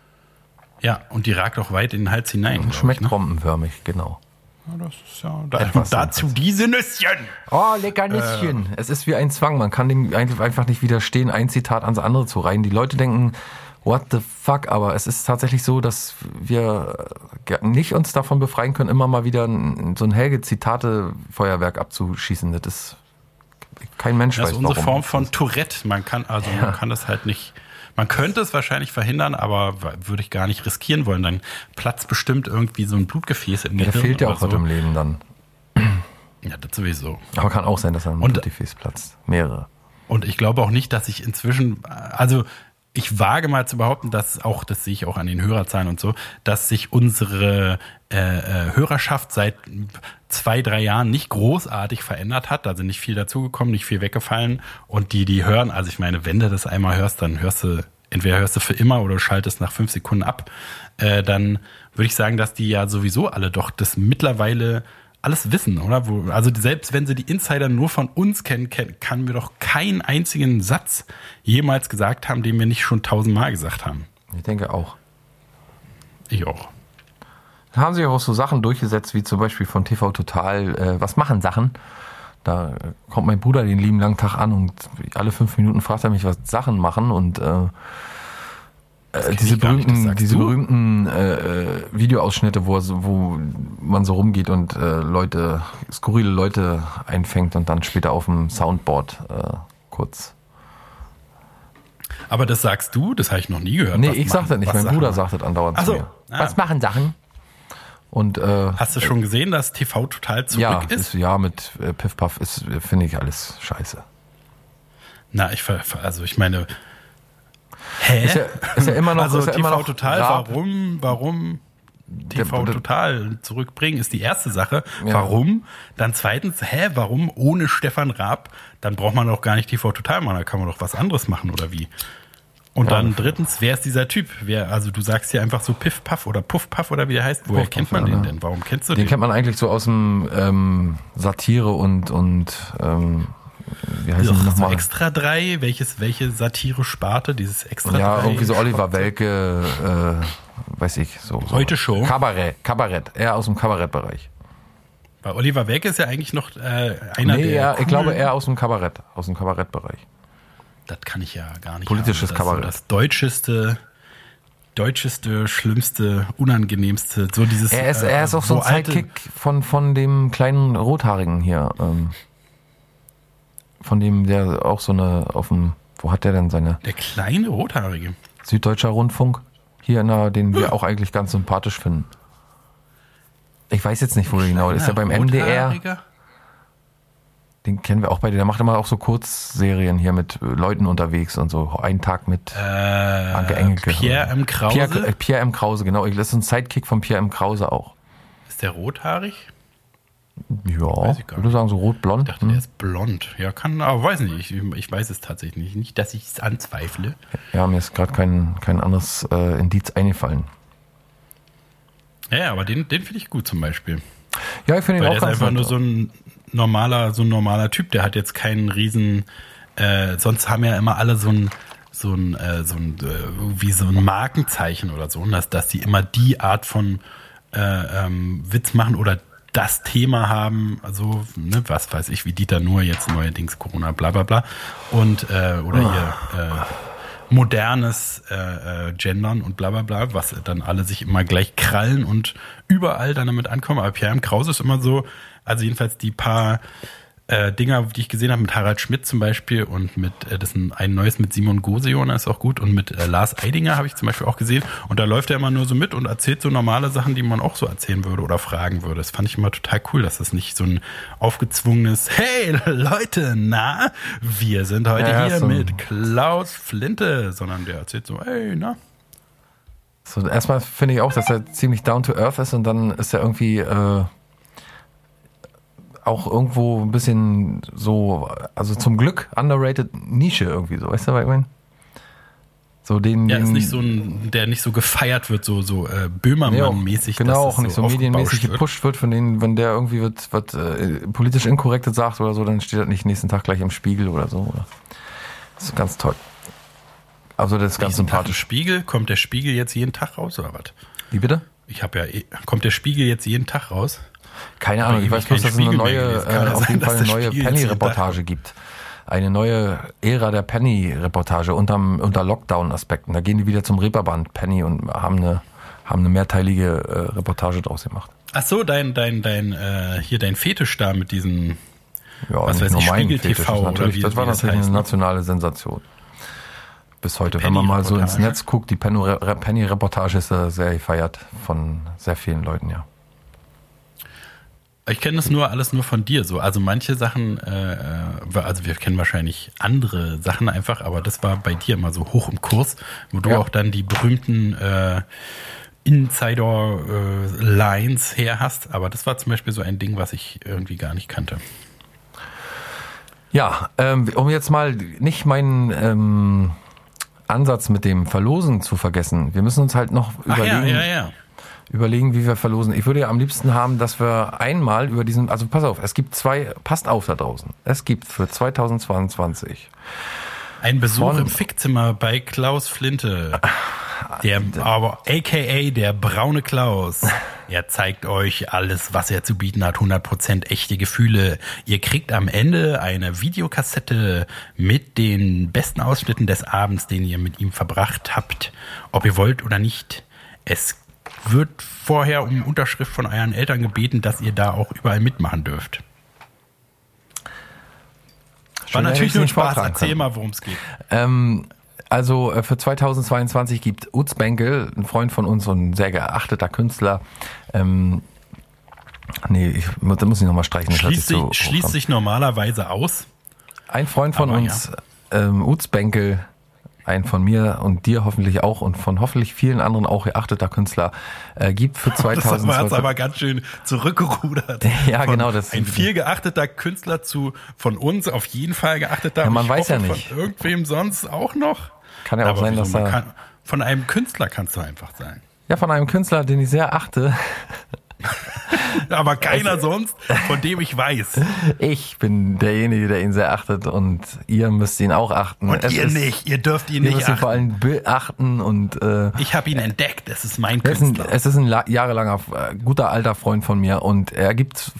Ja, und die ragt auch weit in den Hals hinein. Schmeckt rompenförmig, genau. Ja, das ist ja dazu diese Nüsschen. Oh, lecker Nüsschen. Es ist wie ein Zwang. Man kann dem einfach nicht widerstehen, ein Zitat ans andere zu reihen. Die Leute denken, what the fuck? Aber es ist tatsächlich so, dass wir nicht uns davon befreien können, immer mal wieder so ein Helge-Zitate-Feuerwerk abzuschießen. Das ist kein Mensch weiß warum. Das ist unsere Form von Tourette. Man kann das halt nicht. Man könnte es wahrscheinlich verhindern, aber würde ich gar nicht riskieren wollen. Dann platzt bestimmt irgendwie so ein Blutgefäß im Gehirn. Der fehlt ja auch was im Leben dann. Ja, das sowieso. Aber kann auch sein, dass ein Blutgefäß platzt. Mehrere. Und ich glaube auch nicht, dass ich inzwischen, also ich wage mal zu behaupten, dass auch, das sehe ich auch an den Hörerzahlen und so, dass sich unsere Hörerschaft seit 2-3 Jahren nicht großartig verändert hat. Da sind nicht viel dazugekommen, nicht viel weggefallen. Und die hören, also ich meine, wenn du das einmal hörst, dann entweder hörst du für immer oder schaltest nach 5 Sekunden ab. Dann würde ich sagen, dass die ja sowieso alle doch das mittlerweile alles wissen, oder? Also selbst wenn sie die Insider nur von uns kennen, kann mir doch keinen einzigen Satz jemals gesagt haben, den wir nicht schon 1000-mal gesagt haben. Ich denke auch. Ich auch. Da haben sich auch so Sachen durchgesetzt, wie zum Beispiel von TV Total, was machen Sachen? Da kommt mein Bruder den lieben langen Tag an und alle 5 Minuten fragt er mich, was Sachen machen und diese berühmten Videoausschnitte, wo man so rumgeht und skurrile Leute einfängt und dann später auf dem Soundboard kurz. Aber das sagst du? Das habe ich noch nie gehört. Nee, ich sag das nicht. Mein Bruder sagt das andauernd zu mir. Was machen Sachen? Und, hast du schon gesehen, dass TV Total zurück ist? Ja, mit Piff Puff finde ich alles scheiße. Na, ich meine, hä? Ist ja immer noch, also ist ja immer TV noch Total, warum TV Total zurückbringen, ist die erste Sache. Ja. Warum? Dann zweitens, warum ohne Stefan Raab? Dann braucht man doch gar nicht TV Total machen, da kann man doch was anderes machen, oder wie? Und dann drittens, wer ist dieser Typ? Also du sagst ja einfach so Piff Puff oder Puff Puff oder wie der heißt. Woher kennt man den denn? Warum kennst du den? Den kennt man eigentlich so aus dem Satire und wie heißt das nochmal? Extra 3, welche Satire-Sparte? Dieses Extra 3? Ja, irgendwie so Oliver Welke, weiß ich, so. Heute Show? Kabarett, eher aus dem Kabarettbereich. Weil Oliver Welke ist ja eigentlich noch einer der. Ja, ich glaube eher aus dem Kabarettbereich. Das kann ich ja gar nicht. Politisches Kabarett. Das deutscheste, schlimmste, unangenehmste. So dieses. Er ist auch so ein Sidekick von dem kleinen Rothaarigen hier. Von dem, der auch so wo hat der denn seine? Der kleine Rothaarige. Süddeutscher Rundfunk. Hier den wir auch eigentlich ganz sympathisch finden. Ich weiß jetzt nicht, wo genau. Ist er beim MDR? Den kennen wir auch beide. Der macht immer auch so Kurzserien hier mit Leuten unterwegs und so. Einen Tag mit Anke Engelke. Pierre M. Krause? Pierre M. Krause, genau. Das ist ein Sidekick von Pierre M. Krause auch. Ist der rothaarig? Ja, ich würde sagen so rot-blond. Ich dachte, der ist blond. Ja, kann, aber weiß nicht. Ich weiß es tatsächlich nicht. Nicht, dass ich es anzweifle. Ja, mir ist gerade kein anderes Indiz eingefallen. Ja, aber den finde ich gut zum Beispiel. Ja, ich finde ihn auch ganz gut. Der ist einfach nur so ein normaler Typ. Der hat jetzt keinen riesen, sonst haben ja immer alle so ein Markenzeichen oder so, dass die immer die Art von Witz machen oder das Thema haben, also, ne, was weiß ich, wie Dieter Nuhr jetzt neuerdings Corona, bla bla bla. Und hier modernes Gendern und bla bla bla, was dann alle sich immer gleich krallen und überall dann damit ankommen. Aber Pierre M. Krause ist immer so, also jedenfalls die paar Dinger, die ich gesehen habe, mit Harald Schmidt zum Beispiel und mit das ist ein neues mit Simon Gosejohn, ist auch gut, und mit Lars Eidinger habe ich zum Beispiel auch gesehen, und da läuft er immer nur so mit und erzählt so normale Sachen, die man auch so erzählen würde oder fragen würde. Das fand ich immer total cool, dass das nicht so ein aufgezwungenes Hey Leute, na, wir sind heute hier so mit Klaus Flinte, sondern der erzählt so, hey, na. So, erstmal finde ich auch, dass er ziemlich down to earth ist, und dann ist er irgendwie auch irgendwo ein bisschen so, also zum Glück underrated Nische irgendwie so, weißt du, was ich meine? So ist nicht so der nicht so gefeiert wird, so Böhmermann-mäßig. Ja, genau, auch nicht so medienmäßig gepusht wird, von denen, wenn der irgendwie was politisch Inkorrektes sagt oder so, dann steht das nicht nächsten Tag gleich im Spiegel oder so. Oder? Das ist ganz toll. Also das ist ganz sympathisch. Spiegel? Kommt der Spiegel jetzt jeden Tag raus oder was? Wie bitte? Kommt der Spiegel jetzt jeden Tag raus? Keine Ahnung, ich weiß bloß, dass es eine neue Penny-Reportage gibt. Eine neue Ära der Penny-Reportage unter Lockdown-Aspekten. Da gehen die wieder zum Reeperbahn Penny und haben eine mehrteilige Reportage draus gemacht. Ach so, dein Fetisch da mit diesen, was weiß ich, Spiegel TV oder wie das war natürlich eine nationale Sensation. Bis heute, wenn man mal so ins Netz guckt, die Penny-Reportage ist sehr gefeiert von sehr vielen Leuten, ja. Ich kenne das alles nur von dir so. Also manche Sachen, also wir kennen wahrscheinlich andere Sachen einfach, aber das war bei dir immer so hoch im Kurs, wo du auch dann die berühmten Insider-Lines her hast. Aber das war zum Beispiel so ein Ding, was ich irgendwie gar nicht kannte. Ja, um jetzt mal nicht meinen Ansatz mit dem Verlosen zu vergessen. Wir müssen uns halt noch überlegen, wie wir verlosen. Ich würde ja am liebsten haben, dass wir einmal über also pass auf, passt auf da draußen. Es gibt für 2022 ein Besuch im Fickzimmer bei Klaus Flinte. aka der braune Klaus. Er zeigt euch alles, was er zu bieten hat. 100% echte Gefühle. Ihr kriegt am Ende eine Videokassette mit den besten Ausschnitten des Abends, den ihr mit ihm verbracht habt. Ob ihr wollt oder nicht. Es wird vorher um Unterschrift von euren Eltern gebeten, dass ihr da auch überall mitmachen dürft. War natürlich nur Spaß. Erzähl mal, worum es geht. Also für 2022 gibt Utz Benkel, ein Freund von uns und ein sehr geachteter Künstler, da muss ich nochmal streichen. Schließt sich normalerweise aus. Ein Freund von uns, Utz Benkel, ein von mir und dir hoffentlich auch und von hoffentlich vielen anderen auch geachteter Künstler, gibt für 2022... Das hat aber ganz schön zurückgerudert. Ja, genau. Ein viel geachteter Künstler zu von uns auf jeden Fall geachteter. Ja, man weiß ja nicht. Von irgendwem sonst auch noch. Kann ja auch sein, dass von einem Künstler kannst du einfach sein. Ja, von einem Künstler, den ich sehr achte. Aber keiner sonst, von dem ich weiß. Ich bin derjenige, der ihn sehr achtet und ihr müsst ihn auch achten. Und ihr dürft ihn nicht achten. Ihr müsst ihn vor allem beachten und ich habe ihn entdeckt, es ist mein Künstler. Es ist ein jahrelanger, guter alter Freund von mir und er gibt...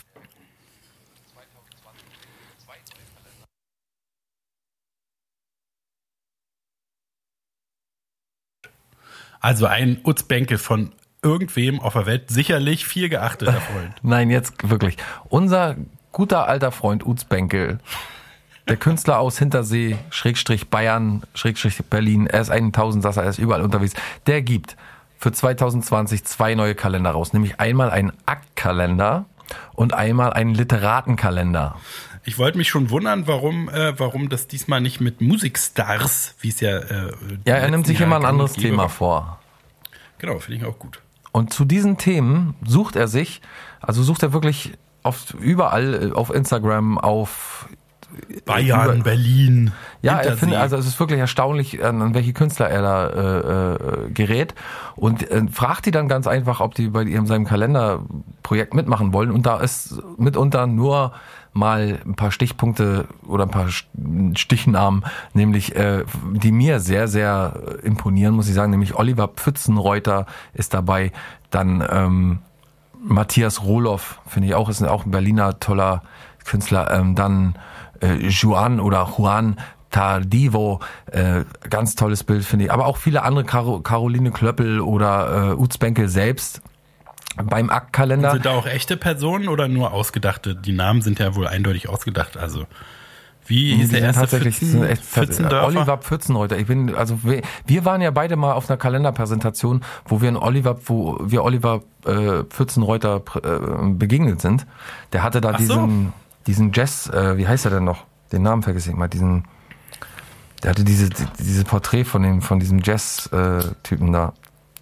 Also ein Utz Benkel von irgendwem auf der Welt, sicherlich viel geachteter Freund. Nein, jetzt wirklich. Unser guter alter Freund Utz Benkel, der Künstler aus Hintersee, Bayern, Berlin, er ist ein Tausendsasser, er ist überall unterwegs, der gibt für 2020 2 neue Kalender raus, nämlich einmal einen Aktkalender und einmal einen Literatenkalender. Ich wollte mich schon wundern, warum das diesmal nicht mit Musikstars, wie es ja... er nimmt sich immer ein anderes Thema vor. Genau, finde ich auch gut. Und zu diesen Themen sucht er wirklich überall auf Instagram, auf Bayern, Berlin. Ja, also es ist wirklich erstaunlich, an welche Künstler er da gerät und fragt die dann ganz einfach, ob die bei seinem Kalenderprojekt mitmachen wollen, und da ist mitunter nur mal ein paar Stichpunkte oder ein paar Stichnamen, nämlich die mir sehr, sehr imponieren, muss ich sagen, nämlich Oliver Pfützenreuter ist dabei, dann Matthias Rohloff, finde ich auch, ist auch ein Berliner toller Künstler, dann Juan Tardivo, ganz tolles Bild, finde ich. Aber auch viele andere, Caroline Klöppel oder Uts Benkel selbst beim Aktkalender. Sind da auch echte Personen oder nur ausgedachte? Die Namen sind ja wohl eindeutig ausgedacht. Also wie hieß der erste Pfützendörfer? Oliver Pfützenreuter. Wir waren ja beide mal auf einer Kalenderpräsentation, wo wir Oliver Pfützenreuter begegnet sind. Der hatte da diesen Jazz, wie heißt er denn noch? Den Namen vergesse ich mal. Der hatte dieses Porträt von diesem Jazz-Typen da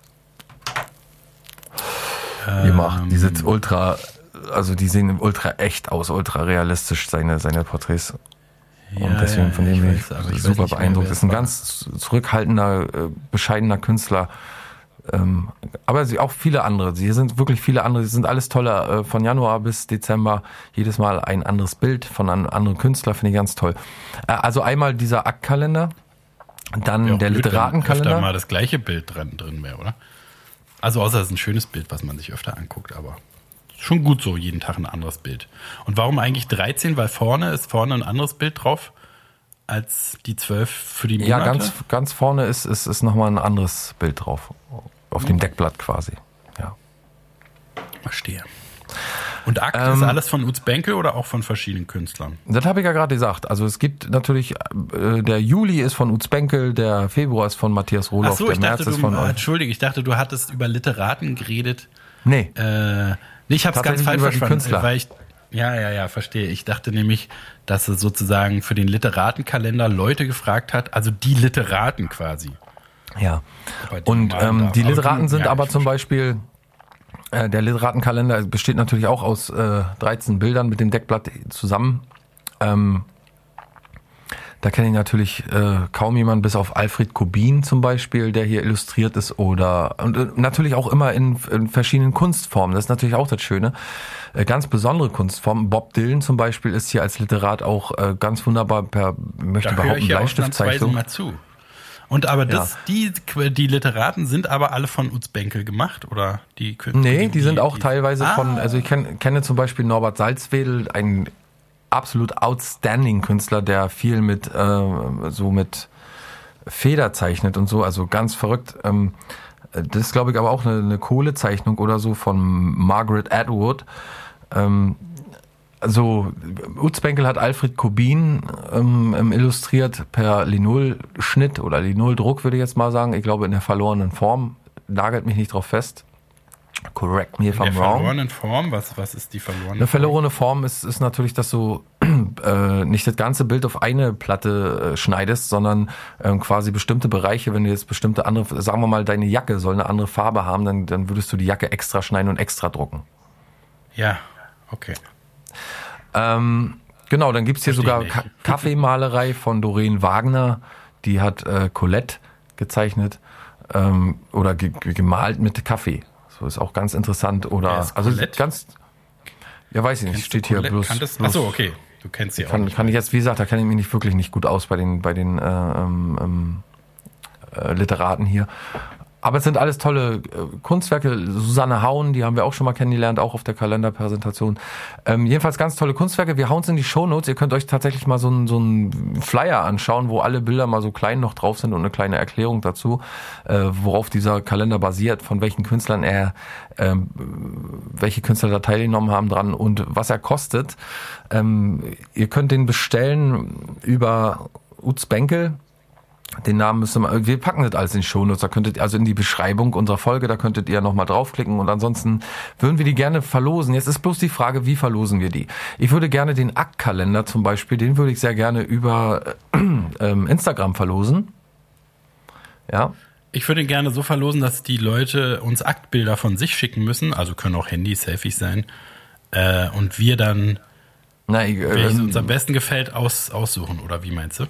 gemacht. Diese die sehen ultra echt aus, ultra realistisch, seine Porträts. Und deswegen von dem bin ich super beeindruckt. Ist ein ganz zurückhaltender, bescheidener Künstler. Aber auch viele andere. Hier sind wirklich viele andere. Sie sind alles tolle. Von Januar bis Dezember jedes Mal ein anderes Bild von einem anderen Künstler. Finde ich ganz toll. Also einmal dieser Aktkalender, dann der Literatenkalender. Öfter mal das gleiche Bild drin wäre, oder? Also außer es ist ein schönes Bild, was man sich öfter anguckt, aber schon gut so, jeden Tag ein anderes Bild. Und warum eigentlich 13? Weil vorne ein anderes Bild drauf als die 12 für die Monate? Ja, ganz vorne ist nochmal ein anderes Bild drauf. Auf dem Deckblatt quasi. Ja. Verstehe. Und Akt ist alles von Uts Benkel oder auch von verschiedenen Künstlern? Das habe ich ja gerade gesagt. Also es gibt natürlich, der Juli ist von Uts Benkel, der Februar ist von Matthias Rohloff, der März ist von... Entschuldige, ich dachte, du hattest über Literaten geredet. Nee. Ich habe es ganz falsch verstanden. Weil ja, verstehe. Ich dachte nämlich, dass es sozusagen für den Literatenkalender Leute gefragt hat, also die Literaten quasi. Ja, und die Literaten sind aber zum Beispiel, der Literatenkalender besteht natürlich auch aus 13 Bildern mit dem Deckblatt zusammen. Da kenne ich natürlich kaum jemanden, bis auf Alfred Kubin zum Beispiel, der hier illustriert ist, und natürlich auch immer in verschiedenen Kunstformen. Das ist natürlich auch das Schöne. Ganz besondere Kunstformen. Bob Dylan zum Beispiel ist hier als Literat auch ganz wunderbar möchte behaupten, Bleistiftzeichnung. Mal zu. Und aber die Literaten sind aber alle von Uts Benkel gemacht, oder die Künstler? Nee, die sind auch teilweise von, also ich kenne zum Beispiel Norbert Salzwedel, ein absolut outstanding Künstler, der viel mit Feder zeichnet und so, also ganz verrückt. Das ist, glaube ich, aber auch eine Kohlezeichnung oder so von Margaret Atwood. Also Uts Benkel hat Alfred Kubin illustriert per Linolschnitt oder Linoldruck, würde ich jetzt mal sagen. Ich glaube in der verlorenen Form. Nagelt mich nicht drauf fest. Correct me if I'm wrong. In der verlorenen Form? Was ist die verlorene Form? Eine verlorene Form ist natürlich, dass du nicht das ganze Bild auf eine Platte schneidest, sondern quasi bestimmte Bereiche, wenn du jetzt bestimmte andere, sagen wir mal, deine Jacke soll eine andere Farbe haben, dann würdest du die Jacke extra schneiden und extra drucken. Ja, okay. Genau, dann gibt's hier sogar Kaffeemalerei von Doreen Wagner, die hat Colette gezeichnet oder gemalt mit Kaffee. So ist auch ganz interessant. Oder also ganz, ja, weiß ich nicht, steht hier bloß. Achso, okay, du kennst sie auch. Kann ich jetzt, wie gesagt, da kenne ich mich wirklich nicht gut aus bei den Literaten hier. Aber es sind alles tolle Kunstwerke. Susanne Hauen, die haben wir auch schon mal kennengelernt, auch auf der Kalenderpräsentation. Jedenfalls ganz tolle Kunstwerke. Wir hauen es in die Shownotes. Ihr könnt euch tatsächlich mal so einen Flyer anschauen, wo alle Bilder mal so klein noch drauf sind und eine kleine Erklärung dazu, worauf dieser Kalender basiert, von welchen Künstlern welche Künstler da teilgenommen haben dran und was er kostet. Ihr könnt den bestellen über Uts Benkel. Den Namen wir packen das alles in die Shownotes, da könntet ihr, also in die Beschreibung unserer Folge, da könntet ihr nochmal draufklicken und ansonsten würden wir die gerne verlosen. Jetzt ist bloß die Frage, wie verlosen wir die? Ich würde gerne den Aktkalender zum Beispiel, den würde ich sehr gerne über Instagram verlosen. Ja. Ich würde gerne so verlosen, dass die Leute uns Aktbilder von sich schicken müssen, also können auch Handy-Selfies sein, und wir dann, welches uns am besten gefällt, aussuchen. Oder wie meinst du?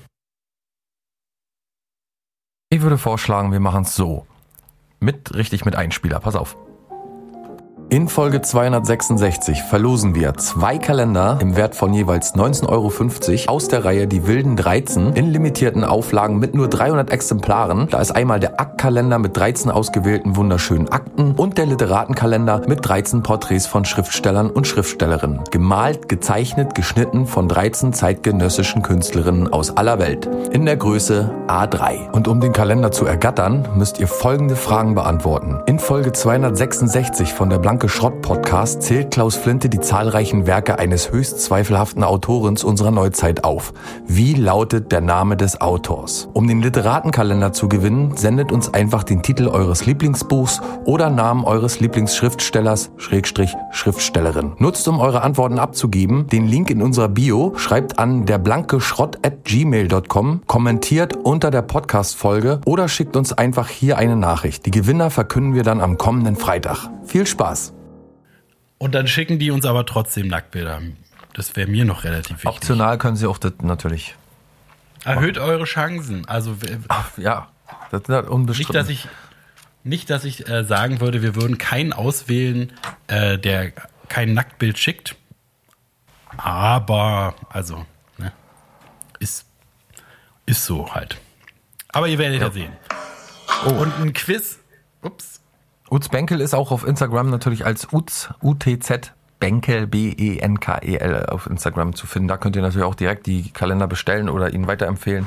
Ich würde vorschlagen, wir machen es so. Mit Einspieler. Pass auf. In Folge 266 verlosen wir 2 Kalender im Wert von jeweils 19,50 € aus der Reihe Die wilden 13 in limitierten Auflagen mit nur 300 Exemplaren. Da ist einmal der Aktkalender mit 13 ausgewählten wunderschönen Akten und der Literatenkalender mit 13 Porträts von Schriftstellern und Schriftstellerinnen. Gemalt, gezeichnet, geschnitten von 13 zeitgenössischen Künstlerinnen aus aller Welt. In der Größe A3. Und um den Kalender zu ergattern, müsst ihr folgende Fragen beantworten. In Folge 266 von der Blanke Schrott Podcast zählt Klaus Flinte die zahlreichen Werke eines höchst zweifelhaften Autorens unserer Neuzeit auf. Wie lautet der Name des Autors? Um den Literatenkalender zu gewinnen, sendet uns einfach den Titel eures Lieblingsbuchs oder Namen eures Lieblingsschriftstellers / Schriftstellerin. Nutzt, um eure Antworten abzugeben, den Link in unserer Bio, schreibt an derblankeschrott@gmail.com, kommentiert unter der Podcast-Folge oder schickt uns einfach hier eine Nachricht. Die Gewinner verkünden wir dann am kommenden Freitag. Viel Spaß! Und dann schicken die uns aber trotzdem Nacktbilder. Das wäre mir noch relativ wichtig. Optional können sie auch das natürlich. Erhöht eure Chancen. Also ja, das ist unbestritten. Nicht, dass ich sagen würde, wir würden keinen auswählen, der kein Nacktbild schickt. Aber, also, ne, ist so halt. Aber ihr werdet ja sehen. Oh. Und ein Quiz. Ups. Utz Benkel ist auch auf Instagram natürlich als Utz, UTZ Benkel, BENKEL auf Instagram zu finden. Da könnt ihr natürlich auch direkt die Kalender bestellen oder ihn weiterempfehlen.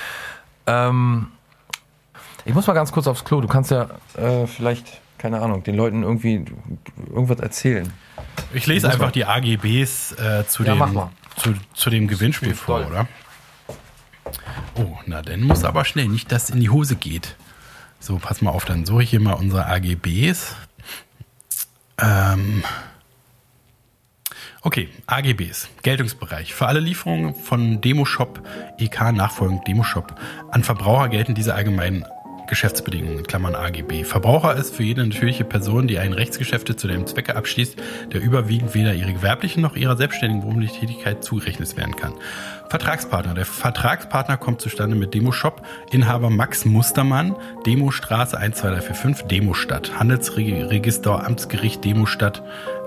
Ich muss mal ganz kurz aufs Klo. Du kannst ja vielleicht, keine Ahnung, den Leuten irgendwie irgendwas erzählen. Ich lese einfach die AGBs zu dem Gewinnspiel vor, oder? Oh, na dann muss aber schnell, nicht, dass es in die Hose geht. So, pass mal auf, dann suche ich hier mal unsere AGBs. Okay, AGBs, Geltungsbereich. Für alle Lieferungen von Demoshop EK nachfolgend Demoshop an Verbraucher gelten diese allgemeinen Geschäftsbedingungen, in Klammern AGB. Verbraucher ist für jede natürliche Person, die ein Rechtsgeschäfte zu dem Zwecke abschließt, der überwiegend weder ihrer gewerblichen noch ihrer selbstständigen beruflichen Tätigkeit zugerechnet werden kann. Vertragspartner. Der Vertragspartner kommt zustande mit Demoshop, Inhaber Max Mustermann, Demostraße 12345, Demostadt, Handelsregister, Amtsgericht Demostadt,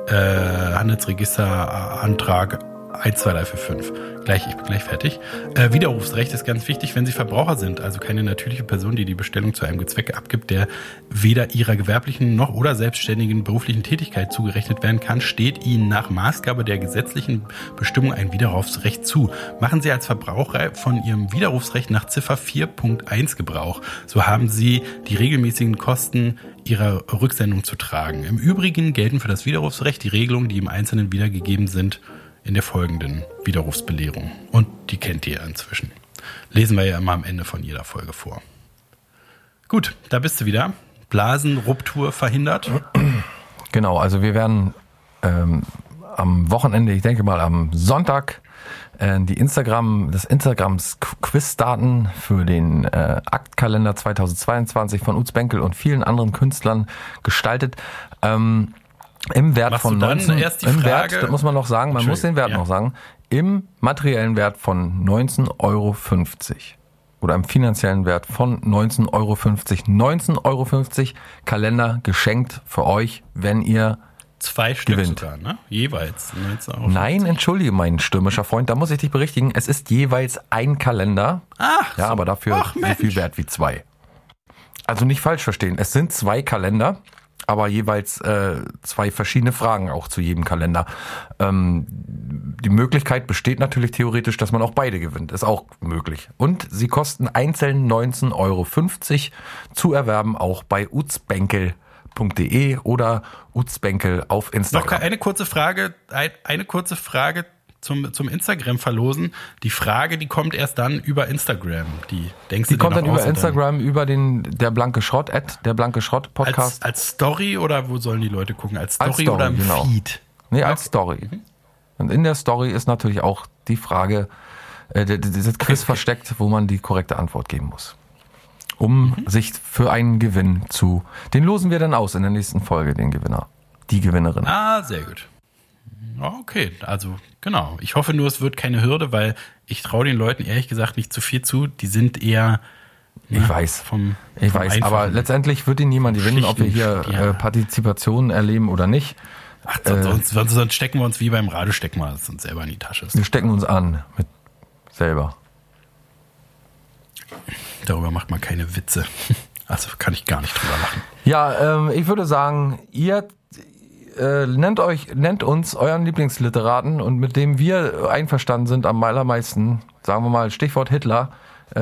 Handelsregisterantrag 12345. Ich bin gleich fertig. Widerrufsrecht ist ganz wichtig, wenn Sie Verbraucher sind, also keine natürliche Person, die die Bestellung zu einem Zwecke abgibt, der weder ihrer gewerblichen noch oder selbstständigen beruflichen Tätigkeit zugerechnet werden kann, steht Ihnen nach Maßgabe der gesetzlichen Bestimmung ein Widerrufsrecht zu. Machen Sie als Verbraucher von Ihrem Widerrufsrecht nach Ziffer 4.1 Gebrauch. So haben Sie die regelmäßigen Kosten Ihrer Rücksendung zu tragen. Im Übrigen gelten für das Widerrufsrecht die Regelungen, die im Einzelnen wiedergegeben sind, in der folgenden Widerrufsbelehrung. Und die kennt ihr inzwischen. Lesen wir ja immer am Ende von jeder Folge vor. Gut, da bist du wieder. Blasenruptur verhindert. Genau, also wir werden am Wochenende, ich denke mal am Sonntag, das Instagrams Quiz starten für den Aktkalender 2022 von Utz Benkel und vielen anderen Künstlern gestaltet. Im Wert von 19, erst die Frage, das muss man noch sagen, man muss den Wert noch sagen, im materiellen Wert von 19,50 € oder im finanziellen Wert von 19,50 €. 19,50 € Kalender geschenkt für euch, wenn ihr 2 Stück gewinnt. Sogar, ne? Jeweils 19,50 €. Nein, entschuldige, mein stürmischer Freund, da muss ich dich berichtigen, es ist jeweils ein Kalender, ja, so. Aber dafür so viel wert wie 2. Also nicht falsch verstehen, es sind 2 Kalender, aber jeweils 2 verschiedene Fragen auch zu jedem Kalender. Die Möglichkeit besteht natürlich theoretisch, dass man auch beide gewinnt. Ist auch möglich. Und sie kosten einzeln 19,50 € zu erwerben, auch bei utzbenkel.de oder utzbenkel auf Instagram. Noch eine kurze Frage zum Instagram verlosen. Die Frage, die kommt erst dann über Instagram. Die kommt dann über Instagram, über der Blanke Schrott, der Blanke Schrott Podcast. Als Story oder wo sollen die Leute gucken? Als Story oder im Feed? Nee, als Story. Und in der Story ist natürlich auch die Frage, dieses Quiz versteckt, wo man die korrekte Antwort geben muss. Um sich für einen Gewinn den losen wir dann aus in der nächsten Folge, den Gewinner. Die Gewinnerin. Ah, sehr gut. Okay, also genau. Ich hoffe nur, es wird keine Hürde, weil ich traue den Leuten ehrlich gesagt nicht zu viel zu. Die sind eher... Ich weiß, aber letztendlich wird ihn niemand gewinnen, ob wir hier Partizipation erleben oder nicht. Ach, sonst stecken wir uns wie beim Radio, stecken wir uns selber in die Tasche. Wir stecken uns an mit selber. Darüber macht man keine Witze. Also kann ich gar nicht drüber lachen. Ja, ich würde sagen, ihr nennt uns euren Lieblingsliteraten und mit dem wir einverstanden sind am allermeisten, sagen wir mal Stichwort Hitler,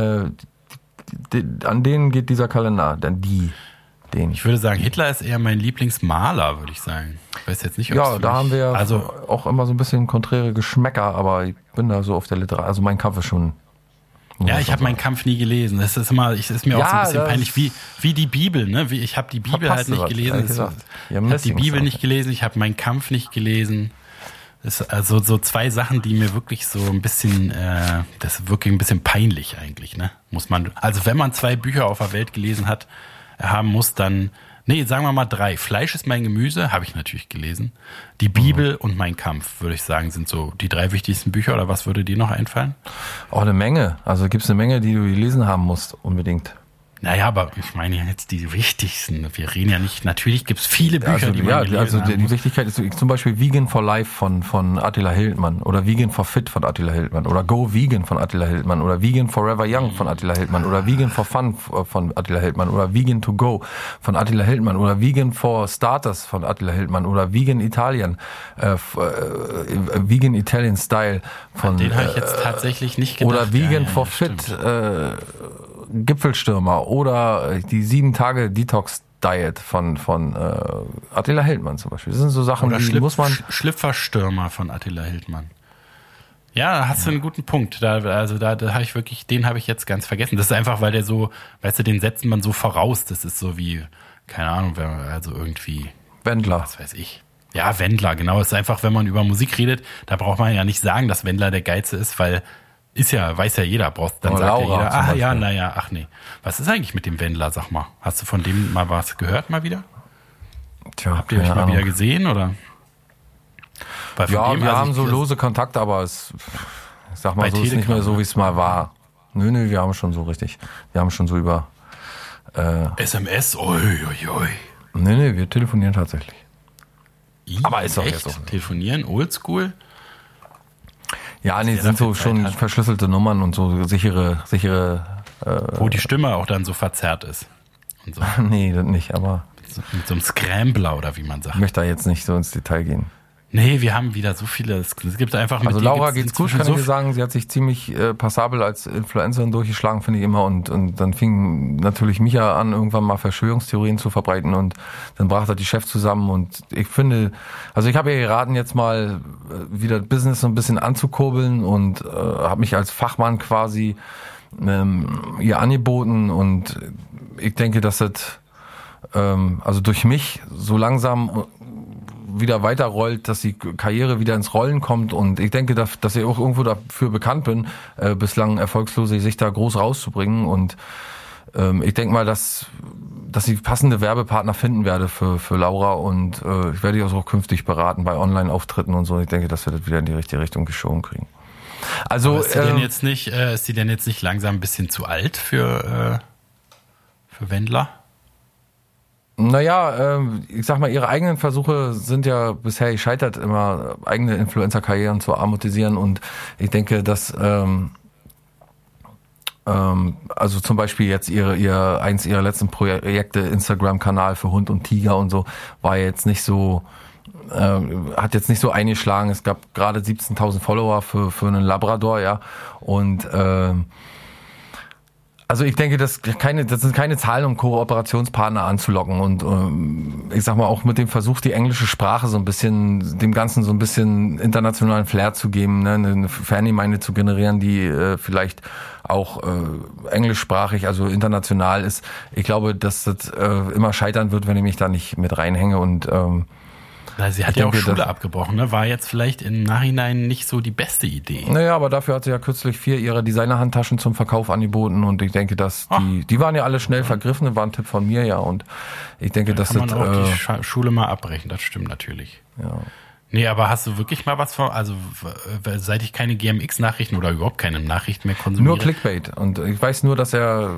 an denen geht dieser Kalender, denn den. Ich würde sagen, Hitler ist eher mein Lieblingsmaler, würde ich sagen. Ich weiß jetzt nicht, ob ja, da haben wir auch immer so ein bisschen konträre Geschmäcker, aber ich bin da so auf der Literatur, also mein Kampf ist schon... Ja, ich habe meinen Kampf nie gelesen. Das ist immer, ist mir auch so ein bisschen peinlich, wie die Bibel, ne? Ich habe die Bibel halt nicht gelesen. Ich habe die Bibel nicht gelesen, ich habe meinen Kampf nicht gelesen. Das ist also so zwei Sachen, die mir wirklich so ein bisschen, das ist wirklich ein bisschen peinlich eigentlich, ne? Muss man, also wenn man 2 Bücher auf der Welt gelesen haben muss, dann, nee, sagen wir mal 3. Fleisch ist mein Gemüse, habe ich natürlich gelesen. Die Bibel und Mein Kampf, würde ich sagen, sind so die 3 wichtigsten Bücher. Oder was würde dir noch einfallen? Oh, eine Menge. Also gibt es eine Menge, die du gelesen haben musst, unbedingt. Naja, aber ich meine jetzt die wichtigsten. Wir reden ja nicht, natürlich gibt es viele Bücher, die man gelesen haben die Wichtigkeit ist zum Beispiel Vegan for Life von Attila Hildmann oder Vegan for Fit von Attila Hildmann oder Go Vegan von Attila Hildmann oder Vegan Forever Young von Attila Hildmann oder Vegan for Fun von Attila Hildmann oder Vegan to Go von Attila Hildmann oder Vegan for Starters von Attila Hildmann oder Vegan Italien, Vegan Italian Style von... Den habe ich jetzt tatsächlich nicht gedacht. Oder Vegan for Fit, Gipfelstürmer oder die 7-Tage-Detox-Diet von Attila Hildmann zum Beispiel. Das sind so Sachen, oder die muss man... Schlüpferstürmer von Attila Hildmann. Ja, da hast du einen guten Punkt. Da habe ich wirklich, den habe ich jetzt ganz vergessen. Das ist einfach, weil der so, weißt du, den setzt man so voraus. Das ist so wie, keine Ahnung, also irgendwie... Wendler. Was weiß ich. Ja, Wendler, genau. Es ist einfach, wenn man über Musik redet, da braucht man ja nicht sagen, dass Wendler der Geilste ist, weil... weiß ja jeder, dann sagt ja jeder, ach nee. Was ist eigentlich mit dem Wendler, sag mal? Hast du von dem mal was gehört mal wieder? Tja, habt ihr euch mal wieder gesehen, oder? Ja, wir haben so lose Kontakte, aber es, ich sag mal so, ist nicht mehr so, wie es mal war. Nö, wir haben schon so über... SMS, oi. Nee, wir telefonieren tatsächlich. Aber ist doch jetzt auch... Telefonieren, oldschool? Ja, nee, sind so schon verschlüsselte Nummern und so sichere wo die Stimme auch dann so verzerrt ist. Und so. Nee, das nicht, aber... Mit so einem Scrambler oder wie man sagt. Ich möchte da jetzt nicht so ins Detail gehen. Nee, wir haben wieder so viele. Es gibt einfach... Also Laura geht's gut, kann ich dir sagen. Sie hat sich ziemlich passabel als Influencerin durchgeschlagen, finde ich immer. Und dann fing natürlich Micha an, irgendwann mal Verschwörungstheorien zu verbreiten. Und dann brach da die Chefs zusammen. Und ich finde, also ich habe ihr geraten, jetzt mal wieder Business so ein bisschen anzukurbeln. Und habe mich als Fachmann quasi ihr angeboten. Und ich denke, dass das also durch mich so langsam wieder weiterrollt, dass die Karriere wieder ins Rollen kommt, und ich denke, dass ich auch irgendwo dafür bekannt bin, bislang erfolgslose sich da groß rauszubringen, und ich denke mal, dass ich passende Werbepartner finden werde für Laura, und ich werde die auch künftig beraten bei Online-Auftritten und so. Ich denke, dass wir das wieder in die richtige Richtung geschoben kriegen. Also ist sie denn jetzt nicht langsam ein bisschen zu alt für Wendler? Naja, ich sag mal, ihre eigenen Versuche sind ja bisher gescheitert, immer eigene Influencer-Karrieren zu amortisieren, und ich denke, dass also zum Beispiel jetzt eins ihrer letzten Projekte, Instagram-Kanal für Hund und Tiger und so, war jetzt nicht so, hat jetzt nicht so eingeschlagen. Es gab gerade 17.000 Follower für einen Labrador, ja, und also ich denke, das sind keine Zahlen, um Kooperationspartner anzulocken, und ich sag mal auch mit dem Versuch, die englische Sprache so ein bisschen, dem Ganzen so ein bisschen internationalen Flair zu geben, ne, eine Fangemeinde zu generieren, die vielleicht auch englischsprachig, also international ist. Ich glaube, dass das immer scheitern wird, wenn ich mich da nicht mit reinhänge, und sie hat ja auch Schule abgebrochen, ne? War jetzt vielleicht im Nachhinein nicht so die beste Idee. Naja, aber dafür hat sie ja kürzlich 4 ihrer Designer-Handtaschen zum Verkauf angeboten, und ich denke, dass die waren ja alle schnell vergriffen, war ein Tipp von mir, ja, und ich denke, dass das... Kann man auch die Schule mal abbrechen, das stimmt natürlich. Ja. Nee, aber hast du wirklich mal was von, also seit ich keine GMX-Nachrichten oder überhaupt keine Nachrichten mehr konsumiere? Nur Clickbait. Und ich weiß nur, dass er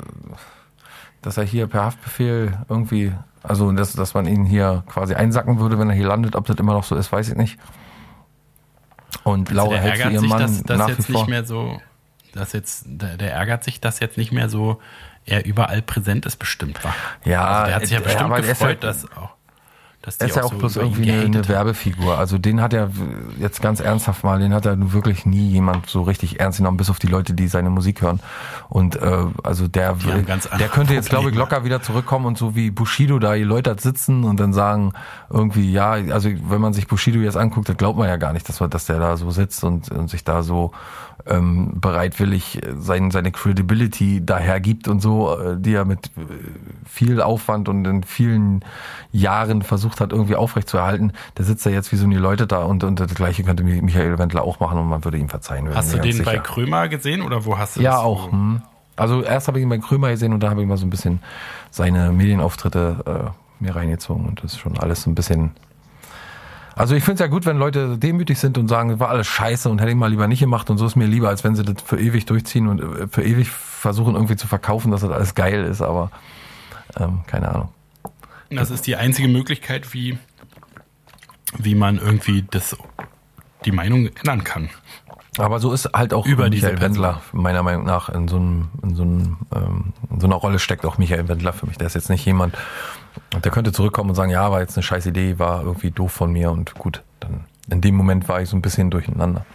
hier per Haftbefehl irgendwie, also dass man ihn hier quasi einsacken würde, wenn er hier landet. Ob das immer noch so ist, weiß ich nicht. Und also Laura hält für ihren Mann nach wie vor. Nicht mehr so, der ärgert sich, dass jetzt nicht mehr so er überall präsent ist, bestimmt war. Ja, also der hat sich ja bestimmt gefreut, dass die er ist ja auch so bloß irgendwie eine Werbefigur. Also den hat er jetzt ganz ernsthaft mal, den hat er nun wirklich nie jemand so richtig ernst genommen, bis auf die Leute, die seine Musik hören. Und also der könnte jetzt, glaube ich, locker wieder zurückkommen und so wie Bushido da die Leute sitzen und dann sagen irgendwie, ja, also wenn man sich Bushido jetzt anguckt, dann glaubt man ja gar nicht, dass der da so sitzt und sich da so bereitwillig seine Credibility daher gibt und so, die er mit viel Aufwand und in vielen Jahren versucht hat, irgendwie aufrechtzuerhalten. Der sitzt ja jetzt wie so eine Leute da und das Gleiche könnte Michael Wendler auch machen und man würde ihm verzeihen. Hast du den bei Krömer gesehen oder wo hast du das? Ja, auch. Also erst habe ich ihn bei Krömer gesehen und da habe ich mal so ein bisschen seine Medienauftritte mir reingezogen und das ist schon alles so ein bisschen. Also ich finde es ja gut, wenn Leute demütig sind und sagen, das war alles scheiße und hätte ich mal lieber nicht gemacht und so ist mir lieber, als wenn sie das für ewig durchziehen und für ewig versuchen irgendwie zu verkaufen, dass das alles geil ist, aber keine Ahnung. Das ist die einzige Möglichkeit, wie man irgendwie die Meinung ändern kann. Aber so ist halt auch über Michael Wendler, meiner Meinung nach, in so einer Rolle steckt auch Michael Wendler für mich. Der ist jetzt nicht jemand, der könnte zurückkommen und sagen, ja, war jetzt eine scheiß Idee, war irgendwie doof von mir und gut, dann in dem Moment war ich so ein bisschen durcheinander.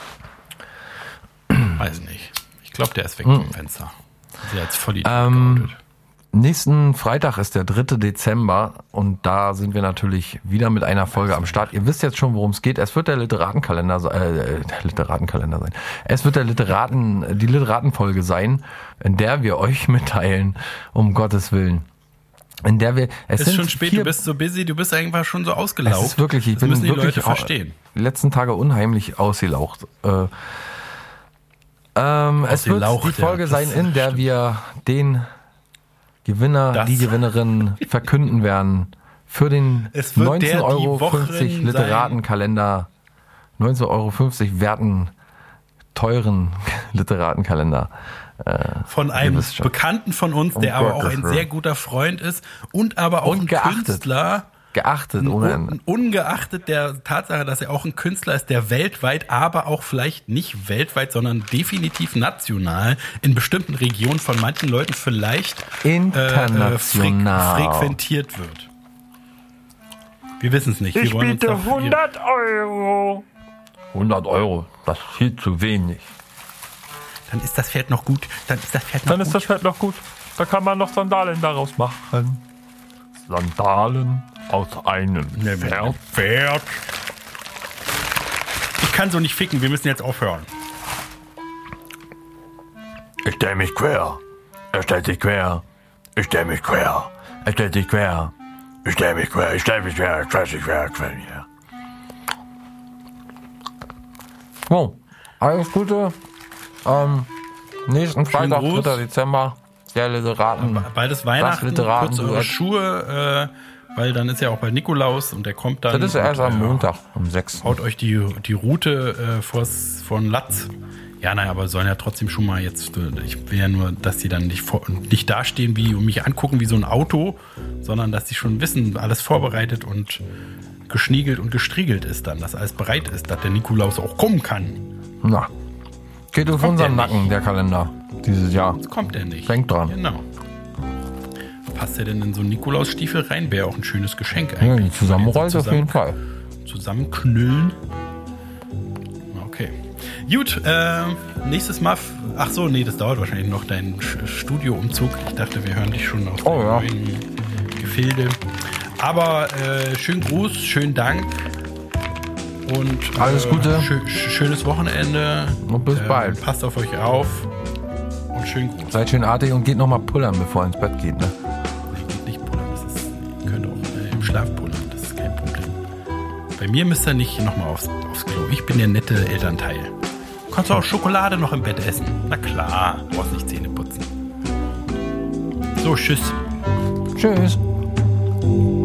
Weiß nicht. Ich glaube, der ist weg vom Fenster. Der als Vollidiot Nächsten Freitag ist der 3. Dezember und da sind wir natürlich wieder mit einer Folge am Start. Ihr wisst jetzt schon, worum es geht. Es wird der Literatenkalender sein. Es wird die Literatenfolge sein, in der wir euch mitteilen, um Gottes Willen. In der wir, es ist schon spät, du bist so busy, du bist einfach schon so ausgelaugt. Es ist wirklich, ich bin müssen die wirklich Leute verstehen. Die letzten Tage unheimlich ausgelaucht. Es wird die Folge sein, in der wir den Gewinner, die Gewinnerin verkünden werden für den 19,50 € Literatenkalender, 19,50 € werten, teuren Literatenkalender. Von einem Bekannten von uns, der aber auch ein sehr guter Freund ist und aber auch ein Künstler. Geachtet ohne Ende. Ungeachtet der Tatsache, dass er auch ein Künstler ist, der weltweit, aber auch vielleicht nicht weltweit, sondern definitiv national in bestimmten Regionen von manchen Leuten vielleicht international frequentiert wird. Wir wissen es nicht. Ich biete 100 €. 100 €, das ist viel zu wenig. Dann ist das Pferd noch gut. Dann ist das Pferd noch gut. Da kann man noch Sandalen daraus machen. Sandalen aus einem Pferd. Ich kann so nicht ficken, wir müssen jetzt aufhören. Ich stell mich quer. Er stellt sich quer. Ich stell mich quer. Er stellt sich quer. Ich stell mich quer. Ich stell mich quer. Ich stell mich quer. So, alles Gute. Nächsten Freitag, 3. Dezember. Der Literaten. Bald ist Weihnachten, kurz eure Schuhe, weil dann ist ja auch bald Nikolaus und der kommt dann. Das ist erst am Montag um 6. Haut euch die Route vor den Latz. Ja, naja, aber sollen ja trotzdem schon mal jetzt, ich will ja nur, dass die dann nicht dastehen und mich angucken wie so ein Auto, sondern dass die schon wissen, alles vorbereitet und geschniegelt und gestriegelt ist dann, dass alles bereit ist, dass der Nikolaus auch kommen kann. Na, geht auf unseren Nacken, der Kalender, dieses Jahr. Jetzt kommt der nicht. Denkt dran. Genau. Passt der denn in so einen Nikolausstiefel rein? Wäre auch ein schönes Geschenk eigentlich. Ja, die zusammenrollt auf jeden Fall. Zusammenknüllen. Okay. Gut, nächstes Mal. Ach so, nee, das dauert wahrscheinlich noch, dein Studioumzug. Ich dachte, wir hören dich schon aus dem neuen Gefilde. Aber schönen Gruß, schönen Dank. Und alles Gute. Schönes Wochenende. Und bis bald. Passt auf euch auf. Und schönen Gruß. Seid schön artig und geht nochmal pullern, bevor ihr ins Bett geht, ne? Geht nicht pullern. Ihr könnt auch im Schlaf pullern. Das ist kein Problem. Bei mir müsst ihr nicht nochmal aufs Klo. Ich bin der nette Elternteil. Kannst du auch Schokolade noch im Bett essen? Na klar, brauchst nicht Zähne putzen. So, tschüss. Tschüss.